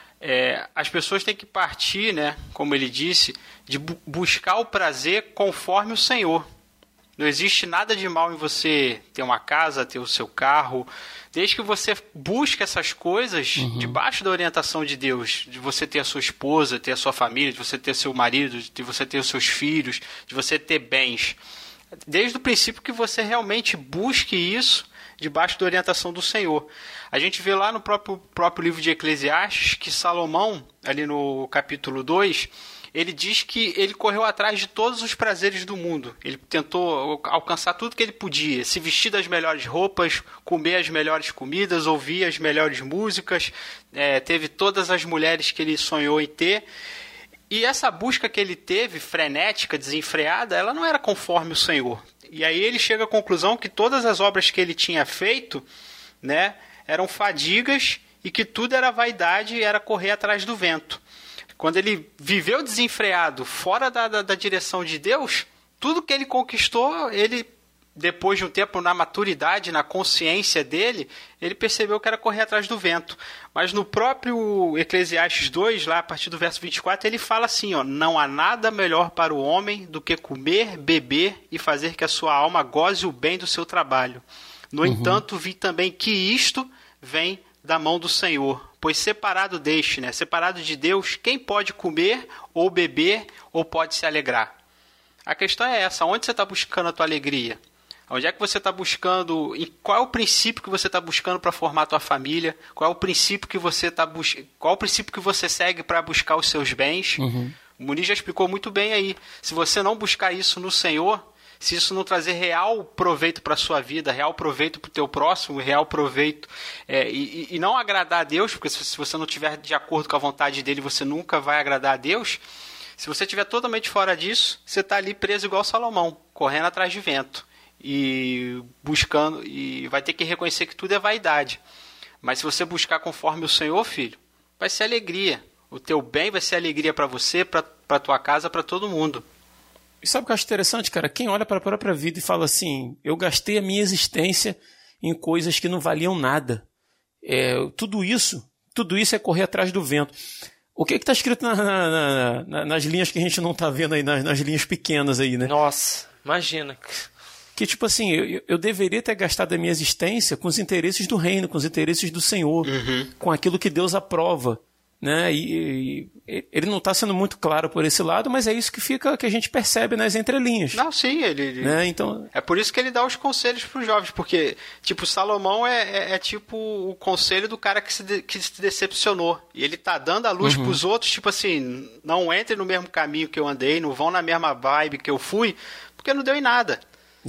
as pessoas têm que partir, né, como ele disse, de buscar o prazer conforme o Senhor. Não existe nada de mal em você ter uma casa, ter o seu carro, desde que você busque essas coisas debaixo da orientação de Deus, de você ter a sua esposa, ter a sua família, de você ter seu marido, de você ter os seus filhos, de você ter bens. Desde o princípio que você realmente busque isso debaixo da orientação do Senhor. A gente vê lá no próprio livro de Eclesiastes que Salomão, ali no capítulo 2, ele diz que ele correu atrás de todos os prazeres do mundo. Ele tentou alcançar tudo que ele podia, se vestir das melhores roupas, comer as melhores comidas, ouvir as melhores músicas, teve todas as mulheres que ele sonhou em ter. E essa busca que ele teve, frenética, desenfreada, ela não era conforme o Senhor. E aí ele chega à conclusão que todas as obras que ele tinha feito, né, eram fadigas e que tudo era vaidade e era correr atrás do vento. Quando ele viveu desenfreado, fora da direção de Deus, tudo que ele conquistou, ele, depois de um tempo, na maturidade, na consciência dele, ele percebeu que era correr atrás do vento. Mas no próprio Eclesiastes 2, lá a partir do verso 24, ele fala assim, não há nada melhor para o homem do que comer, beber e fazer que a sua alma goze o bem do seu trabalho. No entanto, vi também que isto vem da mão do Senhor, pois separado deste, né, separado de Deus, quem pode comer ou beber ou pode se alegrar? A questão é essa, onde você está buscando a tua alegria? Onde é que você está buscando, e qual é o princípio que você está buscando para formar a tua família? Qual é o princípio que você qual é o princípio que você segue para buscar os seus bens? O Muniz já explicou muito bem aí. Se você não buscar isso no Senhor, se isso não trazer real proveito para a sua vida, real proveito para o teu próximo, real proveito, e não agradar a Deus, porque se você não estiver de acordo com a vontade dele, você nunca vai agradar a Deus. Se você estiver totalmente fora disso, você está ali preso igual Salomão, correndo atrás de vento, e buscando, e vai ter que reconhecer que tudo é vaidade. Mas se você buscar conforme o Senhor, filho, vai ser alegria. O teu bem vai ser alegria para você, para a tua casa, para todo mundo. E sabe o que eu acho interessante, cara? Quem olha para a própria vida e fala assim, eu gastei a minha existência em coisas que não valiam nada. Tudo isso é correr atrás do vento. O que está escrito nas linhas que a gente não está vendo aí, nas linhas pequenas aí, né? Nossa, imagina. Que tipo assim, eu deveria ter gastado a minha existência com os interesses do reino, com os interesses do Senhor, com aquilo que Deus aprova. Né? E ele não está sendo muito claro por esse lado, mas é isso que a gente percebe nas entrelinhas. Não, sim, né? Então... É por isso que ele dá os conselhos para os jovens, porque tipo, Salomão é tipo o conselho do cara que se decepcionou, e ele tá dando a luz para os outros, tipo assim, não entre no mesmo caminho que eu andei, não vão na mesma vibe que eu fui, porque não deu em nada.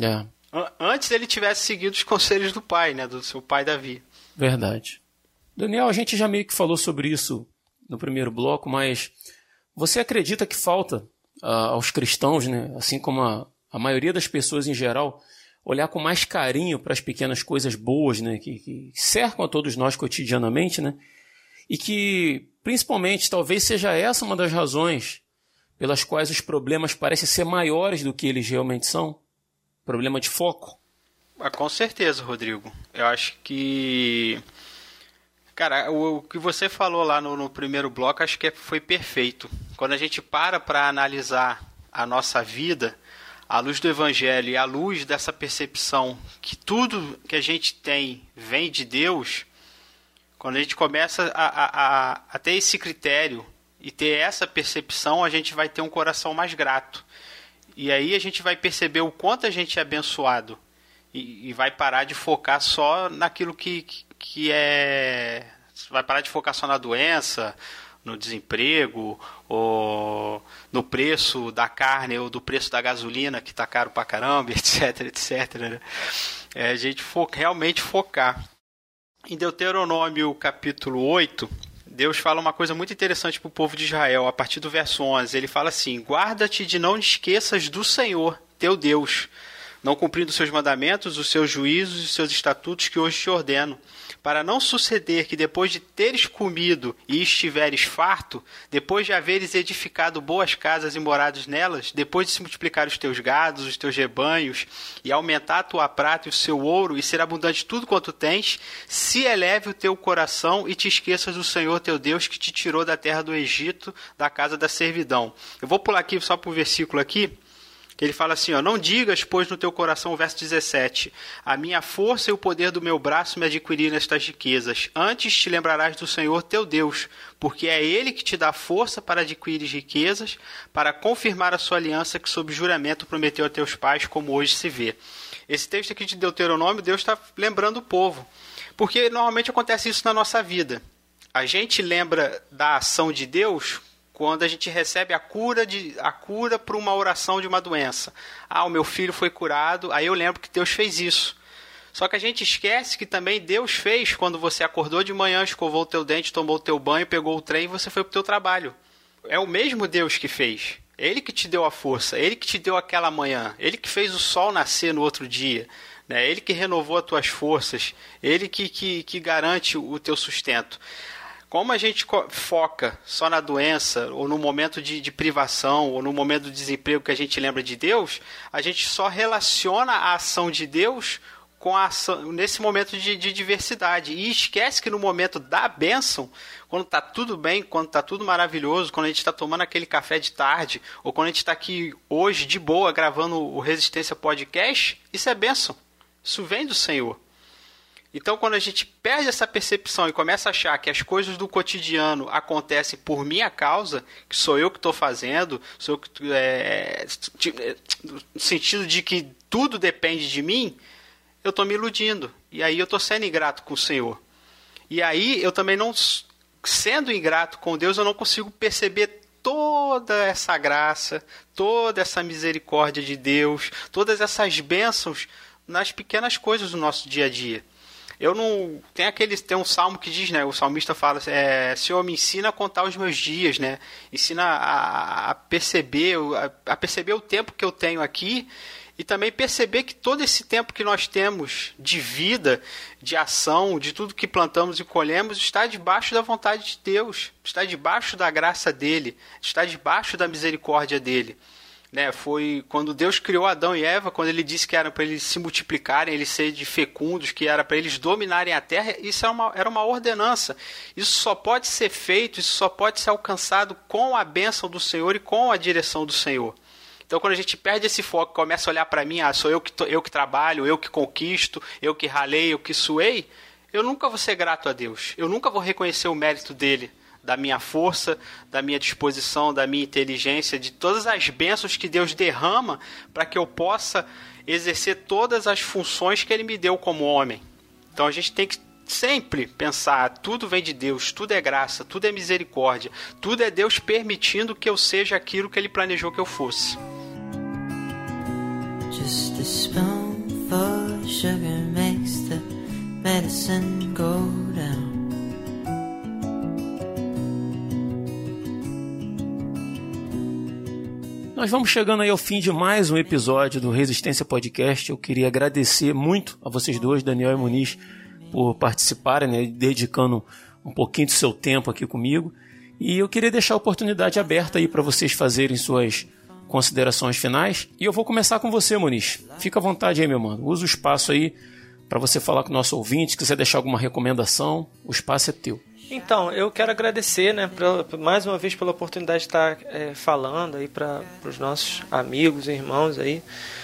Antes ele tivesse seguido os conselhos do pai, né, do seu pai Davi. Verdade. Daniel, a gente já meio que falou sobre isso no primeiro bloco, mas você acredita que falta aos cristãos, né, assim como a maioria das pessoas em geral, olhar com mais carinho para as pequenas coisas boas, né, que cercam a todos nós cotidianamente, né, e que, principalmente, talvez seja essa uma das razões pelas quais os problemas parecem ser maiores do que eles realmente são? Problema de foco? Com certeza, Rodrigo. Eu acho que... Cara, o que você falou lá no primeiro bloco, acho que foi perfeito. Quando a gente para analisar a nossa vida, à luz do Evangelho e à luz dessa percepção que tudo que a gente tem vem de Deus, quando a gente começa a ter esse critério e ter essa percepção, a gente vai ter um coração mais grato. E aí a gente vai perceber o quanto a gente é abençoado e vai parar de focar só naquilo que é... Vai parar de focar só na doença, no desemprego, ou no preço da carne, ou do preço da gasolina, que está caro pra caramba, etc, etc. Né? A gente realmente focar. Em Deuteronômio capítulo 8, Deus fala uma coisa muito interessante para o povo de Israel. A partir do verso 11, ele fala assim: guarda-te de não te esqueças do Senhor, teu Deus, não cumprindo os seus mandamentos, os seus juízos e os seus estatutos que hoje te ordeno, para não suceder que depois de teres comido e estiveres farto, depois de haveres edificado boas casas e morados nelas, depois de se multiplicar os teus gados, os teus rebanhos, e aumentar a tua prata e o seu ouro, e ser abundante tudo quanto tens, se eleve o teu coração e te esqueças do Senhor teu Deus, que te tirou da terra do Egito, da casa da servidão. Eu vou pular aqui só para o versículo aqui, que ele fala assim, ó, não digas, pois, no teu coração, o verso 17, a minha força e o poder do meu braço me adquiriram estas riquezas. Antes te lembrarás do Senhor teu Deus, porque é Ele que te dá força para adquirir riquezas, para confirmar a sua aliança que sob juramento prometeu a teus pais, como hoje se vê. Esse texto aqui de Deuteronômio, Deus está lembrando o povo, porque normalmente acontece isso na nossa vida. A gente lembra da ação de Deus quando a gente recebe a cura por uma oração de uma doença. Ah, o meu filho foi curado, aí eu lembro que Deus fez isso. Só que a gente esquece que também Deus fez quando você acordou de manhã, escovou o teu dente, tomou o teu banho, pegou o trem e você foi para o teu trabalho. É o mesmo Deus que fez. Ele que te deu a força, Ele que te deu aquela manhã, Ele que fez o sol nascer no outro dia, né? Ele que renovou as tuas forças, Ele que garante o teu sustento. Como a gente foca só na doença, ou no momento de privação, ou no momento do desemprego que a gente lembra de Deus, a gente só relaciona a ação de Deus com a ação, nesse momento de diversidade. E esquece que no momento da bênção, quando está tudo bem, quando está tudo maravilhoso, quando a gente está tomando aquele café de tarde, ou quando a gente está aqui hoje de boa gravando o Resistência Podcast, isso é bênção. Isso vem do Senhor. Então, quando a gente perde essa percepção e começa a achar que as coisas do cotidiano acontecem por minha causa, que sou eu que estou fazendo, no sentido de que tudo depende de mim, eu estou me iludindo. E aí eu estou sendo ingrato com o Senhor. E aí eu também não, sendo ingrato com Deus, eu não consigo perceber toda essa graça, toda essa misericórdia de Deus, todas essas bênçãos nas pequenas coisas do nosso dia a dia. Eu não... Tem um salmo que diz, né? O salmista fala, Senhor, me ensina a contar os meus dias, né? Ensina a perceber o tempo que eu tenho aqui e também perceber que todo esse tempo que nós temos de vida, de ação, de tudo que plantamos e colhemos, está debaixo da vontade de Deus, está debaixo da graça dele, está debaixo da misericórdia dele. Né, foi quando Deus criou Adão e Eva, quando ele disse que era para eles se multiplicarem, eles serem fecundos, que era para eles dominarem a terra, isso era uma ordenança. Isso só pode ser feito, isso só pode ser alcançado com a bênção do Senhor e com a direção do Senhor. Então, quando a gente perde esse foco, começa a olhar para mim, sou eu que trabalho, eu que conquisto, eu que ralei, eu que suei, eu nunca vou ser grato a Deus, eu nunca vou reconhecer o mérito dele, da minha força, da minha disposição, da minha inteligência, de todas as bênçãos que Deus derrama para que eu possa exercer todas as funções que Ele me deu como homem. Então a gente tem que sempre pensar, tudo vem de Deus, tudo é graça, tudo é misericórdia, tudo é Deus permitindo que eu seja aquilo que Ele planejou que eu fosse. Just a spoonful of sugar makes the medicine go down. Nós vamos chegando aí ao fim de mais um episódio do Resistência Podcast. Eu queria agradecer muito a vocês dois, Daniel e Muniz, por participarem, né, dedicando um pouquinho do seu tempo aqui comigo. E eu queria deixar a oportunidade aberta aí para vocês fazerem suas considerações finais. E eu vou começar com você, Muniz. Fica à vontade aí, meu mano. Usa o espaço aí para você falar com o nosso ouvinte. Se quiser deixar alguma recomendação, o espaço é teu. Então, eu quero agradecer, né, mais uma vez pela oportunidade de estar falando aí para os nossos amigos e irmãos aí.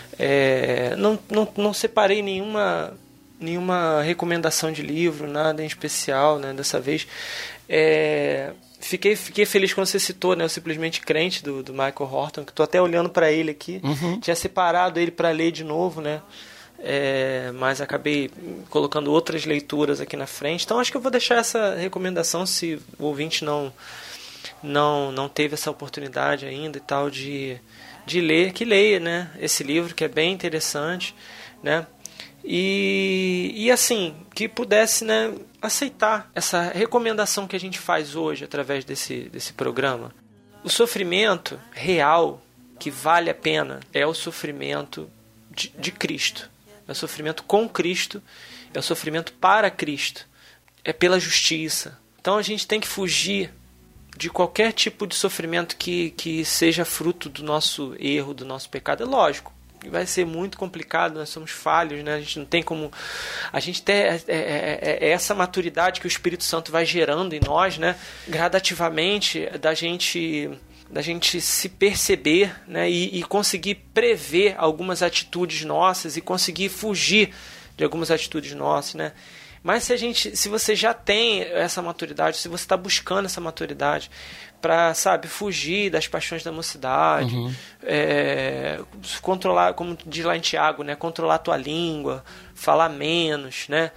Não separei nenhuma recomendação de livro, nada em especial, né, dessa vez. Fiquei feliz quando você citou, né, o Simplesmente Crente do Michael Horton, que estou até olhando para ele aqui. Uhum. Tinha separado ele para ler de novo, né? Mas acabei colocando outras leituras aqui na frente. Então acho que eu vou deixar essa recomendação, se o ouvinte não teve essa oportunidade ainda e tal de ler, que leia, né, esse livro, que é bem interessante, né? E assim, que pudesse, né, aceitar essa recomendação que a gente faz hoje através desse programa. O sofrimento real que vale a pena é o sofrimento de Cristo. É o sofrimento com Cristo, é o sofrimento para Cristo, é pela justiça. Então a gente tem que fugir de qualquer tipo de sofrimento que seja fruto do nosso erro, do nosso pecado. É lógico, vai ser muito complicado, nós somos falhos, né? A gente não tem como... A gente tem essa maturidade que o Espírito Santo vai gerando em nós, né? Gradativamente, da gente se perceber, né, e conseguir prever algumas atitudes nossas e conseguir fugir de algumas atitudes nossas, né? Mas se você já tem essa maturidade, se você está buscando essa maturidade para, fugir das paixões da mocidade, controlar, como diz lá em Tiago, né, controlar a tua língua, falar menos, né?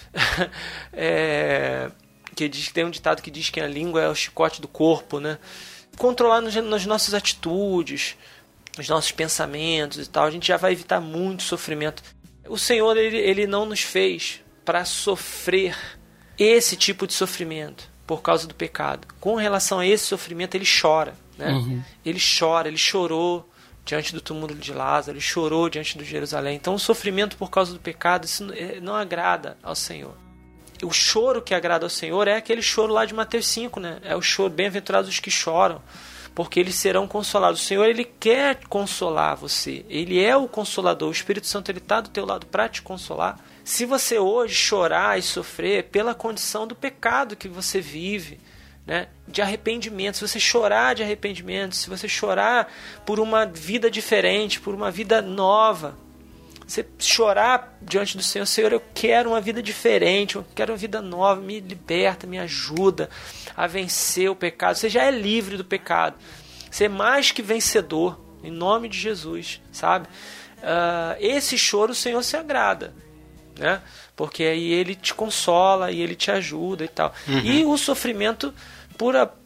Que tem um ditado que diz que a língua é o chicote do corpo, né? Controlar nas nossas atitudes, nos nossos pensamentos e tal, a gente já vai evitar muito sofrimento. O Senhor, ele não nos fez para sofrer esse tipo de sofrimento por causa do pecado. Com relação a esse sofrimento, ele chora, né? Uhum. Ele chorou diante do túmulo de Lázaro, ele chorou diante de Jerusalém. Então o sofrimento por causa do pecado, isso não agrada ao Senhor. O choro que agrada ao Senhor é aquele choro lá de Mateus 5, né? É o choro, bem-aventurados os que choram, porque eles serão consolados. O Senhor, ele quer consolar você. Ele é o consolador. O Espírito Santo, ele está do teu lado para te consolar. Se você hoje chorar e sofrer pela condição do pecado que você vive, né, de arrependimento, se você chorar de arrependimento, se você chorar por uma vida diferente, por uma vida nova, você chorar diante do Senhor: Senhor, eu quero uma vida diferente, eu quero uma vida nova, me liberta, me ajuda a vencer o pecado. Você já é livre do pecado, você é mais que vencedor, em nome de Jesus, sabe? Esse choro o Senhor se agrada, né? Porque aí ele te consola e ele te ajuda e tal. Uhum. E o sofrimento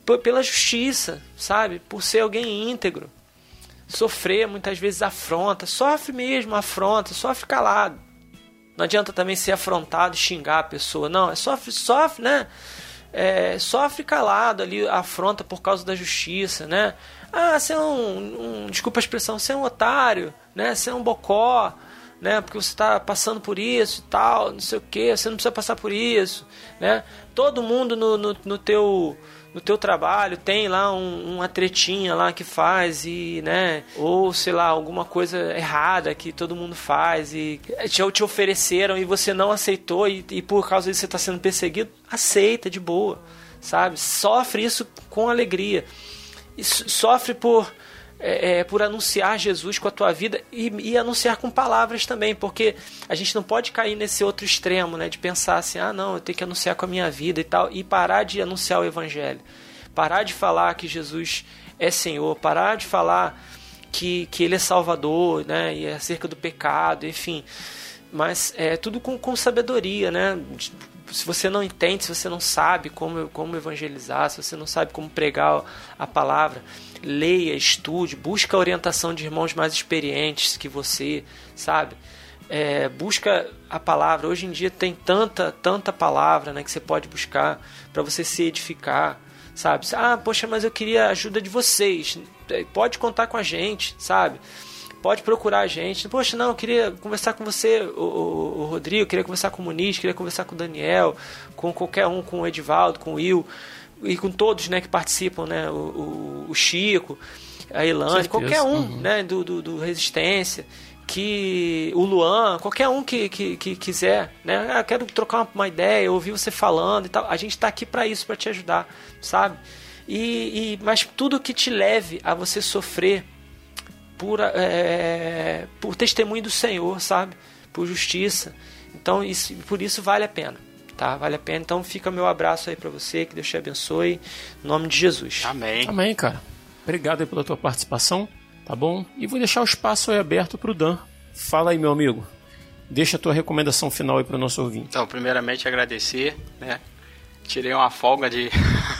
pela justiça, sabe? Por ser alguém íntegro. Sofrer muitas vezes afronta, sofre mesmo afronta, sofre calado. Não adianta também ser afrontado e xingar a pessoa, não, sofre, né? Sofre calado ali, afronta por causa da justiça, né? Você é desculpa a expressão, você é um otário, né? Você é um bocó, né? Porque você está passando por isso e tal, não sei o que, você não precisa passar por isso, né? Todo mundo no teu trabalho tem lá uma tretinha lá que faz e, né, ou sei lá, alguma coisa errada que todo mundo faz e te ofereceram e você não aceitou e por causa disso você está sendo perseguido, aceita de boa, sabe? Sofre isso com alegria e sofre por anunciar Jesus com a tua vida e anunciar com palavras também, porque a gente não pode cair nesse outro extremo, né, de pensar assim, não, eu tenho que anunciar com a minha vida e tal, e parar de anunciar o Evangelho, parar de falar que Jesus é Senhor, parar de falar que Ele é Salvador, né, e é acerca do pecado, enfim, mas tudo com sabedoria, né? Se você não entende, se você não sabe como evangelizar, se você não sabe como pregar a palavra, leia, estude, busca a orientação de irmãos mais experientes que você, sabe? Busca a palavra. Hoje em dia tem tanta palavra, né, que você pode buscar para você se edificar, sabe? Poxa, mas eu queria a ajuda de vocês. Pode contar com a gente, sabe? Pode procurar a gente. Poxa, não, eu queria conversar com você, o Rodrigo, queria conversar com o Muniz, queria conversar com o Daniel, com qualquer um, com o Edivaldo, com o Will, e com todos, né, que participam, né, o Chico, a Elane, qualquer um, né, do Resistência, o Luan, qualquer um que quiser, né, quero trocar uma ideia, ouvir você falando e tal, a gente está aqui para isso, para te ajudar, sabe? Mas tudo que te leve a você sofrer por testemunho do Senhor, sabe? Por justiça. Então, por isso vale a pena, tá? Vale a pena. Então, fica meu abraço aí pra você, que Deus te abençoe, em nome de Jesus. Amém. Amém, cara. Obrigado aí pela tua participação, tá bom? E vou deixar o espaço aí aberto pro Dan. Fala aí, meu amigo. Deixa a tua recomendação final aí pro nosso ouvinte. Então, primeiramente, agradecer, né? Tirei uma folga de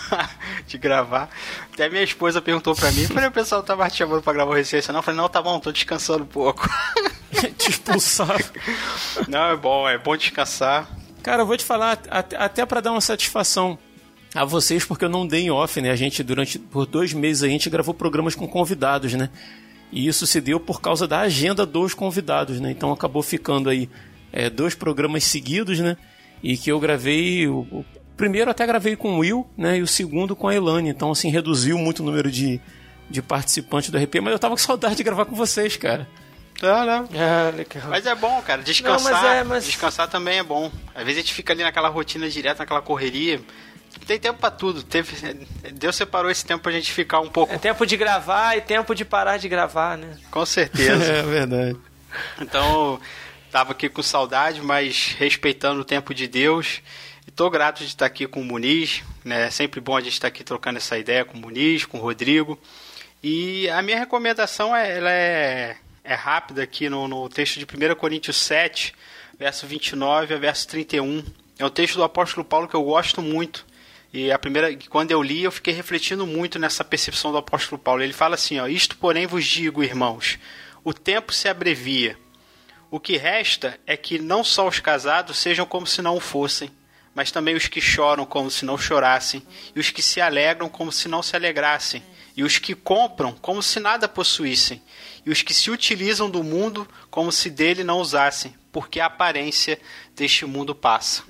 gravar. Até minha esposa perguntou pra mim, falei, o pessoal tava te chamando pra gravar o Resistência, não? Eu falei, não, tá bom, tô descansando um pouco. Te expulsar. Não, é bom descansar. Cara, eu vou te falar, até pra dar uma satisfação a vocês, porque eu não dei em off, né? A gente, por 2 meses, a gente gravou programas com convidados, né? E isso se deu por causa da agenda dos convidados, né? Então acabou ficando aí 2 programas seguidos, né? E que eu gravei... O primeiro até gravei com o Will, né? E o segundo com a Elane. Então, assim, reduziu muito o número de participantes do RP. Mas eu tava com saudade de gravar com vocês, cara. Não. Legal. Mas é bom, cara. Descansar. Não, Descansar também é bom. Às vezes a gente fica ali naquela rotina direta, naquela correria. Tem tempo pra tudo. Deus separou esse tempo pra gente ficar um pouco... É tempo de gravar e tempo de parar de gravar, né? Com certeza. É verdade. Então, tava aqui com saudade, mas respeitando o tempo de Deus... Estou grato de estar aqui com o Muniz, né? É sempre bom a gente estar aqui trocando essa ideia com o Muniz, com o Rodrigo. E a minha recomendação ela é rápida aqui no texto de 1 Coríntios 7, verso 29 a verso 31. É um texto do apóstolo Paulo que eu gosto muito. E quando eu li, eu fiquei refletindo muito nessa percepção do apóstolo Paulo. Ele fala assim, isto porém vos digo, irmãos, o tempo se abrevia. O que resta é que não só os casados sejam como se não o fossem, mas também os que choram como se não chorassem, e os que se alegram como se não se alegrassem, e os que compram como se nada possuíssem, e os que se utilizam do mundo como se dele não usassem, porque a aparência deste mundo passa.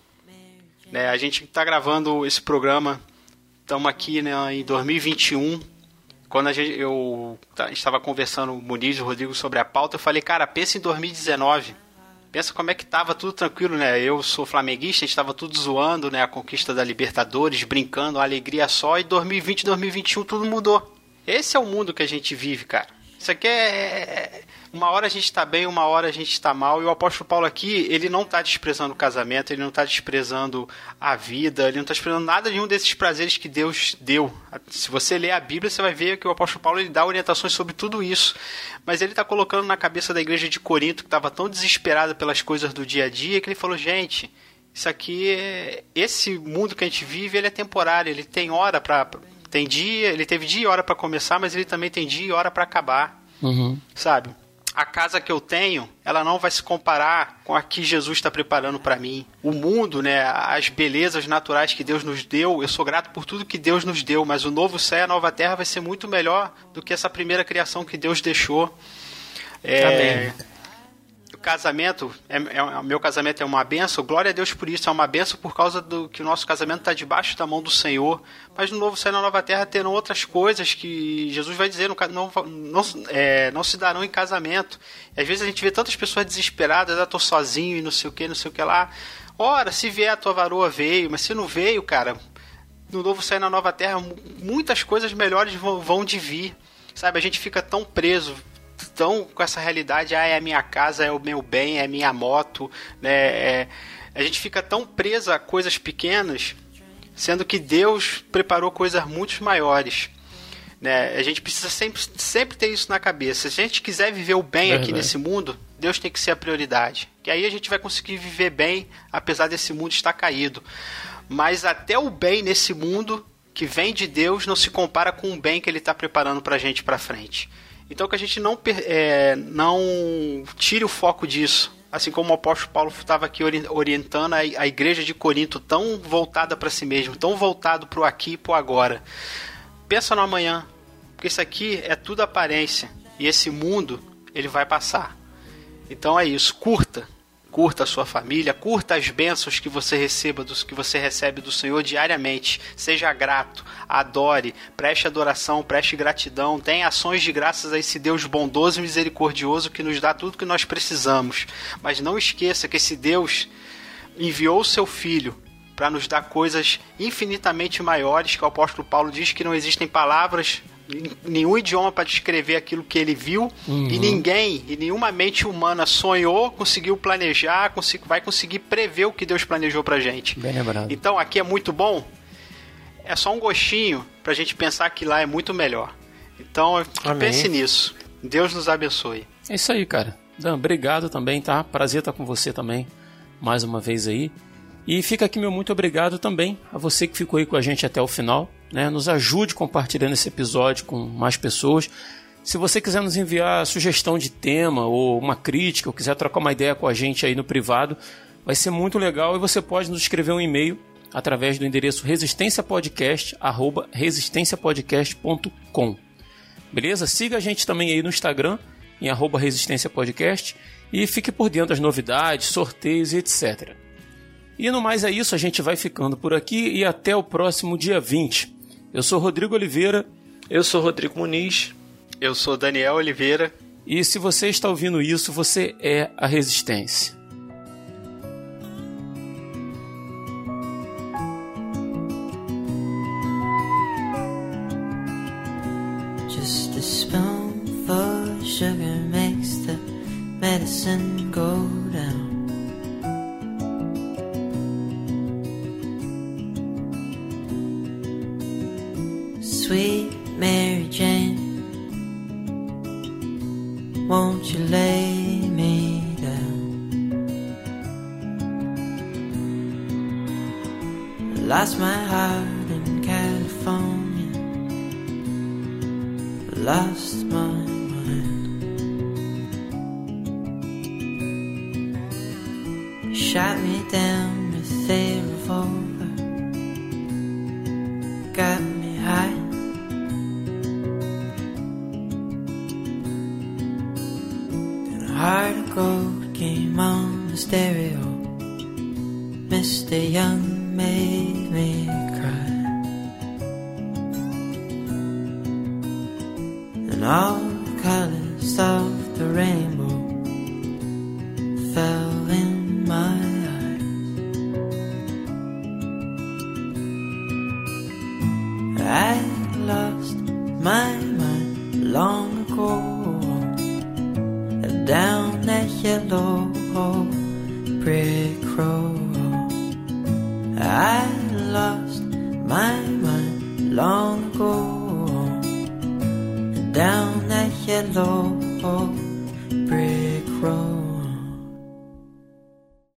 A gente está gravando esse programa, estamos aqui, né, em 2021, quando eu estava conversando com o Muniz e o Rodrigo sobre a pauta, eu falei, cara, pensa em 2019, pensa como é que tava tudo tranquilo, né? Eu sou flamenguista, a gente tava tudo zoando, né? A conquista da Libertadores, brincando, a alegria só. E 2020, 2021, tudo mudou. Esse é o mundo que a gente vive, cara. Isso aqui uma hora a gente tá bem, uma hora a gente tá mal. E o apóstolo Paulo aqui, ele não tá desprezando o casamento, ele não tá desprezando a vida, ele não tá desprezando nada de um desses prazeres que Deus deu. Se você ler a Bíblia, você vai ver que o apóstolo Paulo ele dá orientações sobre tudo isso. Mas ele tá colocando na cabeça da igreja de Corinto, que estava tão desesperada pelas coisas do dia a dia, que ele falou, gente, Isso aqui, esse mundo que a gente vive, ele é temporário, ele tem hora para... Tem dia, ele teve dia e hora para começar, mas ele também tem dia e hora para acabar, sabe? A casa que eu tenho, ela não vai se comparar com a que Jesus está preparando para mim. O mundo, né, as belezas naturais que Deus nos deu, eu sou grato por tudo que Deus nos deu, mas o novo céu e a nova terra vai ser muito melhor do que essa primeira criação que Deus deixou. Amém. O casamento, meu casamento é uma benção, glória a Deus por isso, é uma benção por causa do que o nosso casamento está debaixo da mão do Senhor, mas no novo céu e na nova terra terão outras coisas que Jesus vai dizer, não se darão em casamento. E às vezes a gente vê tantas pessoas desesperadas, estou sozinho e não sei o que lá. Ora, se vier a tua varoa veio, mas se não veio, cara, no novo céu e na nova terra, muitas coisas melhores vão de vir, sabe? A gente fica tão preso, tão com essa realidade, é a minha casa, é o meu bem, é a minha moto, né? A gente fica tão preso a coisas pequenas, sendo que Deus preparou coisas muito maiores, né? A gente precisa sempre ter isso na cabeça. Se a gente quiser viver o bem aqui nesse mundo, Deus tem que ser a prioridade, que aí a gente vai conseguir viver bem, apesar desse mundo estar caído. Mas até o bem nesse mundo que vem de Deus não se compara com o bem que Ele está preparando para a gente para frente. Então que a gente não tire o foco disso. Assim como o apóstolo Paulo estava aqui orientando a igreja de Corinto, tão voltada para si mesmo, tão voltado para o aqui e para o agora. Pensa no amanhã, porque isso aqui é tudo aparência. E esse mundo, ele vai passar. Então é isso, curta a sua família, curta as bênçãos que você recebe do Senhor diariamente. Seja grato, adore, preste adoração, preste gratidão, tenha ações de graças a esse Deus bondoso e misericordioso que nos dá tudo que nós precisamos. Mas não esqueça que esse Deus enviou o seu Filho para nos dar coisas infinitamente maiores, que o apóstolo Paulo diz que não existem palavras, nenhum idioma para descrever aquilo que ele viu, e ninguém, e nenhuma mente humana sonhou, conseguiu planejar, vai conseguir prever o que Deus planejou pra gente. Bem lembrado. Então aqui é muito bom, é só um gostinho pra gente pensar que lá é muito melhor. Então pense nisso. Deus nos abençoe. É isso aí, cara. Dan, obrigado também, tá? Prazer estar com você também, mais uma vez aí. E fica aqui meu muito obrigado também a você que ficou aí com a gente até o final, né? Nos ajude compartilhando esse episódio com mais pessoas. Se você quiser nos enviar sugestão de tema ou uma crítica, ou quiser trocar uma ideia com a gente aí no privado, vai ser muito legal e você pode nos escrever um e-mail através do endereço resistenciapodcast@resistenciapodcast.com. Beleza? Siga a gente também aí no Instagram em @resistenciapodcast e fique por dentro das novidades, sorteios e etc. E no mais é isso, a gente vai ficando por aqui e até o próximo dia 20. Eu sou Rodrigo Oliveira. Eu sou Rodrigo Muniz. Eu sou Daniel Oliveira. E se você está ouvindo isso, você é a Resistência. Just a spoonful of sugar makes the medicine go down. Sweet Mary Jane, won't you lay me down? I lost my heart in California, I lost my mind. You shot me down with a revolver, got me high. Heart of Gold came on the stereo. Mr. Young made me cry. And all the colors of the rainbow fell in my eyes. I lost my mind long ago, down that yellow brick road. I lost my mind long ago, down that yellow